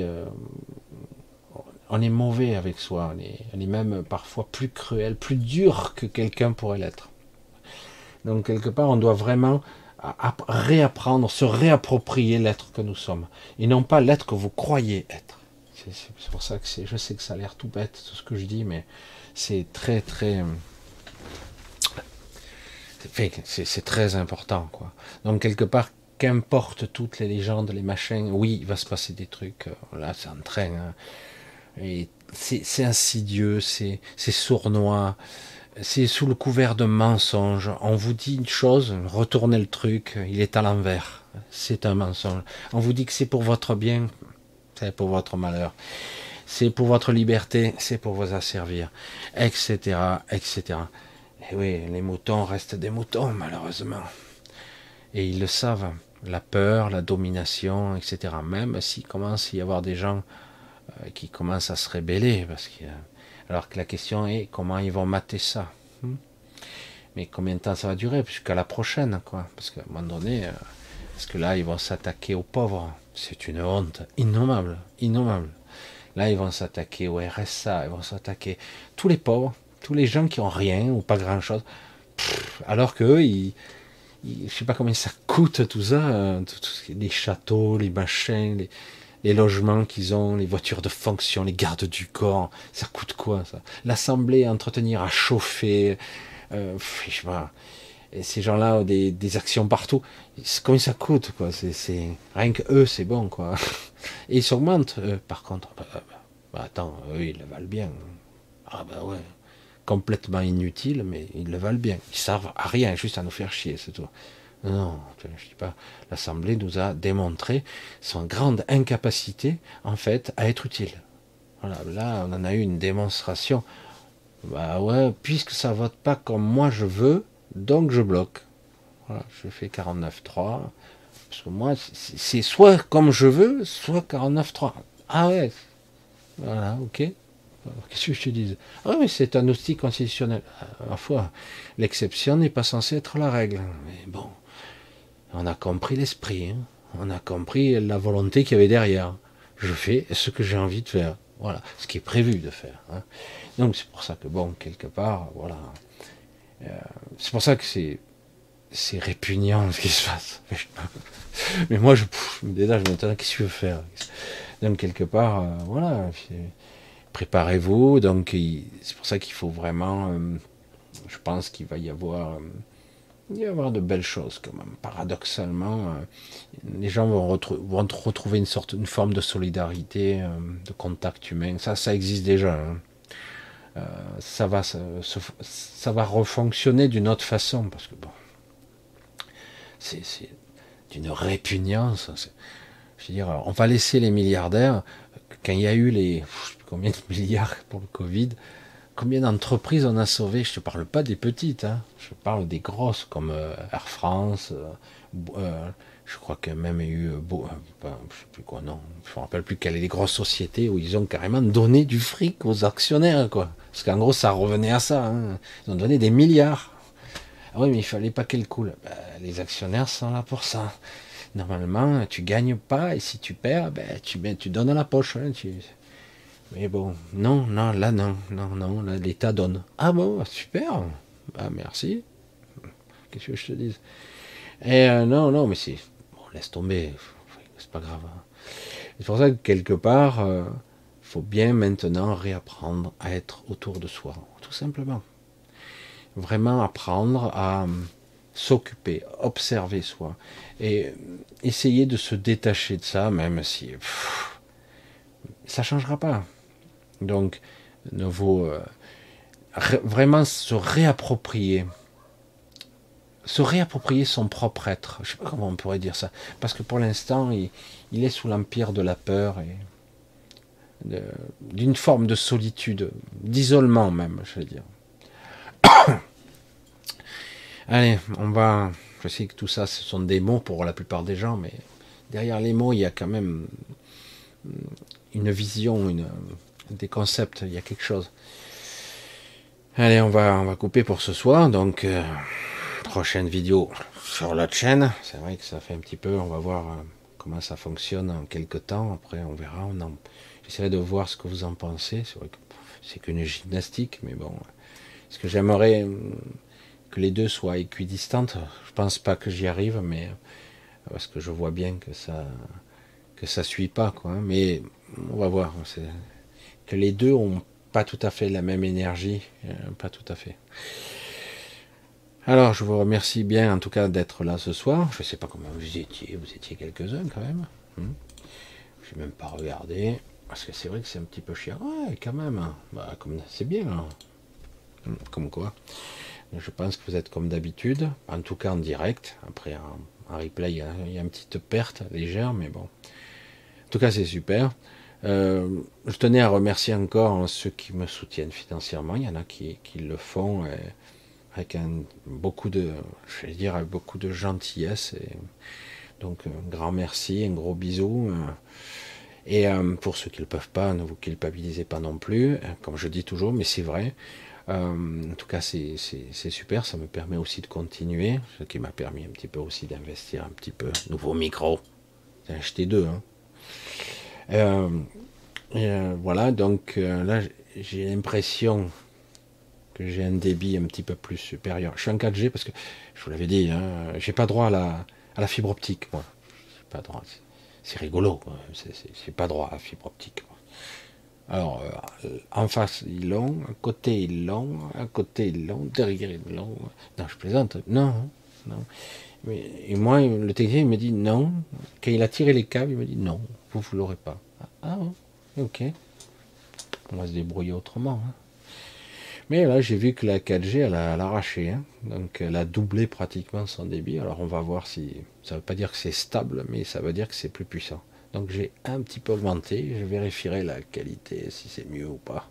S1: on est mauvais avec soi, on est même parfois plus cruel, plus dur que quelqu'un pourrait l'être. Donc quelque part, on doit vraiment réapprendre, se réapproprier l'être que nous sommes, et non pas l'être que vous croyez être. C'est pour ça que je sais que ça a l'air tout bête, tout ce que je dis, mais c'est très très, c'est très important, quoi. Donc quelque part, qu'importe toutes les légendes, les machins, oui, il va se passer des trucs, là c'est en train, hein, et c'est insidieux, c'est sournois, c'est sous le couvert de mensonges. On vous dit une chose, retournez le truc, il est à l'envers. C'est un mensonge. On vous dit que c'est pour votre bien, c'est pour votre malheur. C'est pour votre liberté, c'est pour vous asservir, etc., etc. Et oui, les moutons restent des moutons, malheureusement. Et ils le savent. La peur, la domination, etc. Même s'il commence à y avoir des gens qui commencent à se rébeller, alors que la question est comment ils vont mater ça. Mais combien de temps ça va durer, jusqu'à la prochaine, quoi. Parce qu'à un moment donné, parce que là, ils vont s'attaquer aux pauvres. C'est une honte innommable, innommable. Là, ils vont s'attaquer au RSA, ils vont s'attaquer tous les pauvres, tous les gens qui ont rien ou pas grand-chose. Alors que eux, je sais pas combien ça coûte tout ça, les châteaux, les machins, les logements qu'ils ont, les voitures de fonction, les gardes du corps, ça coûte quoi ça? L'assemblée à entretenir, à chauffer, je sais pas. Et ces gens-là ont des actions partout. Combien ça coûte quoi? Rien que eux, c'est bon quoi. Et ils s'augmentent. Par contre, attends, eux ils le valent bien. Ah bah ouais, complètement inutile, mais ils le valent bien. Ils servent à rien, juste à nous faire chier, c'est tout. Non, je dis pas. L'Assemblée nous a démontré son grande incapacité, en fait, à être utile. Voilà, là, on en a eu une démonstration. Bah ouais, puisque ça vote pas comme moi je veux, donc je bloque. Voilà, je fais 49.3. Parce que moi, c'est soit comme je veux, soit 49.3. Ah ouais, voilà, ok. Qu'est-ce que je te dis? Ah oui, c'est un outil constitutionnel. À la fois, l'exception n'est pas censée être la règle. Mais bon. On a compris l'esprit, hein. On a compris la volonté qu'il y avait derrière. Je fais ce que j'ai envie de faire. Voilà, ce qui est prévu de faire. Hein. Donc c'est pour ça que, bon, quelque part, voilà. C'est pour ça que c'est répugnant ce qui se passe. Mais moi, déjà, je me dis, qu'est-ce que je veux faire? Donc quelque part, voilà, préparez-vous. Donc c'est pour ça qu'il faut vraiment, je pense qu'il va y avoir... il va y avoir de belles choses quand même. Paradoxalement, les gens vont retrouver une forme de solidarité, de contact humain. Ça existe déjà. Hein. Ça va refonctionner d'une autre façon parce que bon, c'est d'une répugnance. Je veux dire, on va laisser les milliardaires. Quand il y a eu je sais plus combien de milliards pour le Covid, combien d'entreprises on a sauvé? Je ne te parle pas des petites, hein. Je parle des grosses comme Air France. Je crois que même il y a eu, je sais plus quoi, non, je me rappelle plus quelles les grosses sociétés où ils ont carrément donné du fric aux actionnaires, quoi. Parce qu'en gros, ça revenait à ça. Hein. Ils ont donné des milliards. Ah oui, mais il fallait pas qu'elle coule. Les actionnaires sont là pour ça. Normalement, tu gagnes pas et si tu perds, tu donnes à la poche. Hein, mais bon, non, là, là, l'État donne. Ah bon, super, bah merci, qu'est-ce que je te dis? Et non, mais bon, laisse tomber, c'est pas grave. Hein. C'est pour ça que quelque part, il faut bien maintenant réapprendre à être autour de soi, tout simplement. Vraiment apprendre à s'occuper, observer soi, et essayer de se détacher de ça, même si ça changera pas. Donc, nouveau, vraiment se réapproprier son propre être. Je sais pas comment on pourrait dire ça, parce que pour l'instant, il est sous l'empire de la peur et d'une forme de solitude, d'isolement même, je veux dire. Allez, je sais que tout ça, ce sont des mots pour la plupart des gens, mais derrière les mots, il y a quand même une vision, des concepts, il y a quelque chose. Allez, on va couper pour ce soir. Donc, prochaine vidéo sur l'autre chaîne. C'est vrai que ça fait un petit peu, on va voir comment ça fonctionne en quelques temps. Après, on verra. J'essaierai de voir ce que vous en pensez. C'est vrai que c'est qu'une gymnastique, mais bon. Est-ce que j'aimerais que les deux soient équidistantes? Je pense pas que j'y arrive, mais parce que je vois bien que ça suit pas, quoi. Mais on va voir. Que les deux ont pas tout à fait la même énergie, pas tout à fait. Alors, je vous remercie bien, en tout cas, d'être là ce soir. Je ne sais pas comment vous étiez quelques-uns quand même. Je n'ai même pas regardé, parce que c'est vrai que c'est un petit peu chiant. Ouais, quand même. Bah, c'est bien. Hein. Comme quoi. Je pense que vous êtes comme d'habitude, en tout cas en direct. Après, en replay, il y a une petite perte légère, mais bon. En tout cas, c'est super. Je tenais à remercier encore ceux qui me soutiennent financièrement. Il y en a qui le font avec beaucoup de, je vais dire, avec beaucoup de gentillesse. Et donc, un grand merci, un gros bisou. Et pour ceux qui ne le peuvent pas, ne vous culpabilisez pas non plus, comme je dis toujours, mais c'est vrai. En tout cas, c'est super. Ça me permet aussi de continuer, ce qui m'a permis un petit peu aussi d'investir un petit peu. Nouveau micro. J'ai acheté deux. Hein. Voilà, donc là, j'ai l'impression que j'ai un débit un petit peu plus supérieur. Je suis en 4G parce que, je vous l'avais dit, hein, j'ai pas droit à la fibre optique, moi. J'ai pas droit. C'est rigolo, quoi. C'est pas droit à la fibre optique. Moi. Alors, en face, ils l'ont, à côté, ils l'ont, à côté, ils l'ont, derrière, ils l'ont. Non, je plaisante. Non, non. Et moi, le technicien, il me dit non. Quand il a tiré les câbles, il me dit non, vous ne l'aurez pas. Ah, ok. On va se débrouiller autrement. Hein. Mais là, j'ai vu que la 4G, elle a arraché. Hein. Donc, elle a doublé pratiquement son débit. Alors, on va voir si... Ça ne veut pas dire que c'est stable, mais ça veut dire que c'est plus puissant. Donc, j'ai un petit peu augmenté. Je vérifierai la qualité, si c'est mieux ou pas.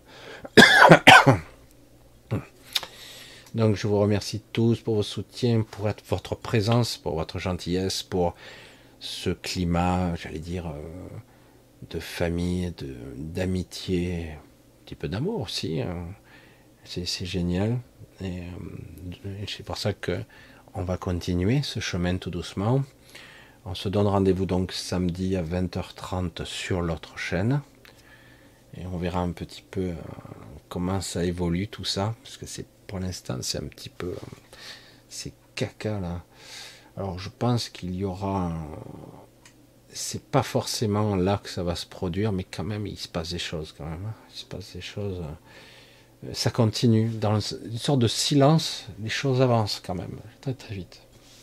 S1: Donc, je vous remercie tous pour votre soutien, pour votre présence, pour votre gentillesse, pour ce climat, j'allais dire, de famille, d'amitié, un petit peu d'amour aussi. Hein. C'est génial. Et c'est pour ça que on va continuer ce chemin tout doucement. On se donne rendez-vous donc samedi à 20h30 sur l'autre chaîne. Et on verra un petit peu comment ça évolue tout ça. Parce que pour l'instant, c'est un petit peu... c'est caca là. Alors je pense qu'il y aura... c'est pas forcément là que ça va se produire, mais quand même, il se passe des choses quand même. Hein. Il se passe des choses... ça continue. Dans une sorte de silence, les choses avancent quand même. Très très vite.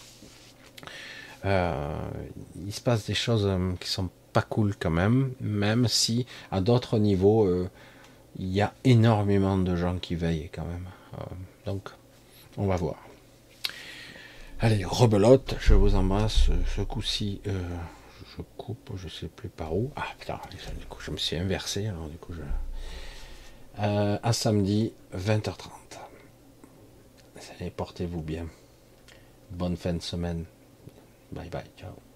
S1: Il se passe des choses qui sont pas cool quand même si à d'autres niveaux, il y a énormément de gens qui veillent quand même. Donc, on va voir. Allez, rebelote, je vous embrasse. Ce coup-ci, je coupe, je sais plus par où. Ah putain, du coup, je me suis inversé. Alors du coup, à samedi, 20h30. Allez, portez-vous bien. Bonne fin de semaine. Bye bye, ciao.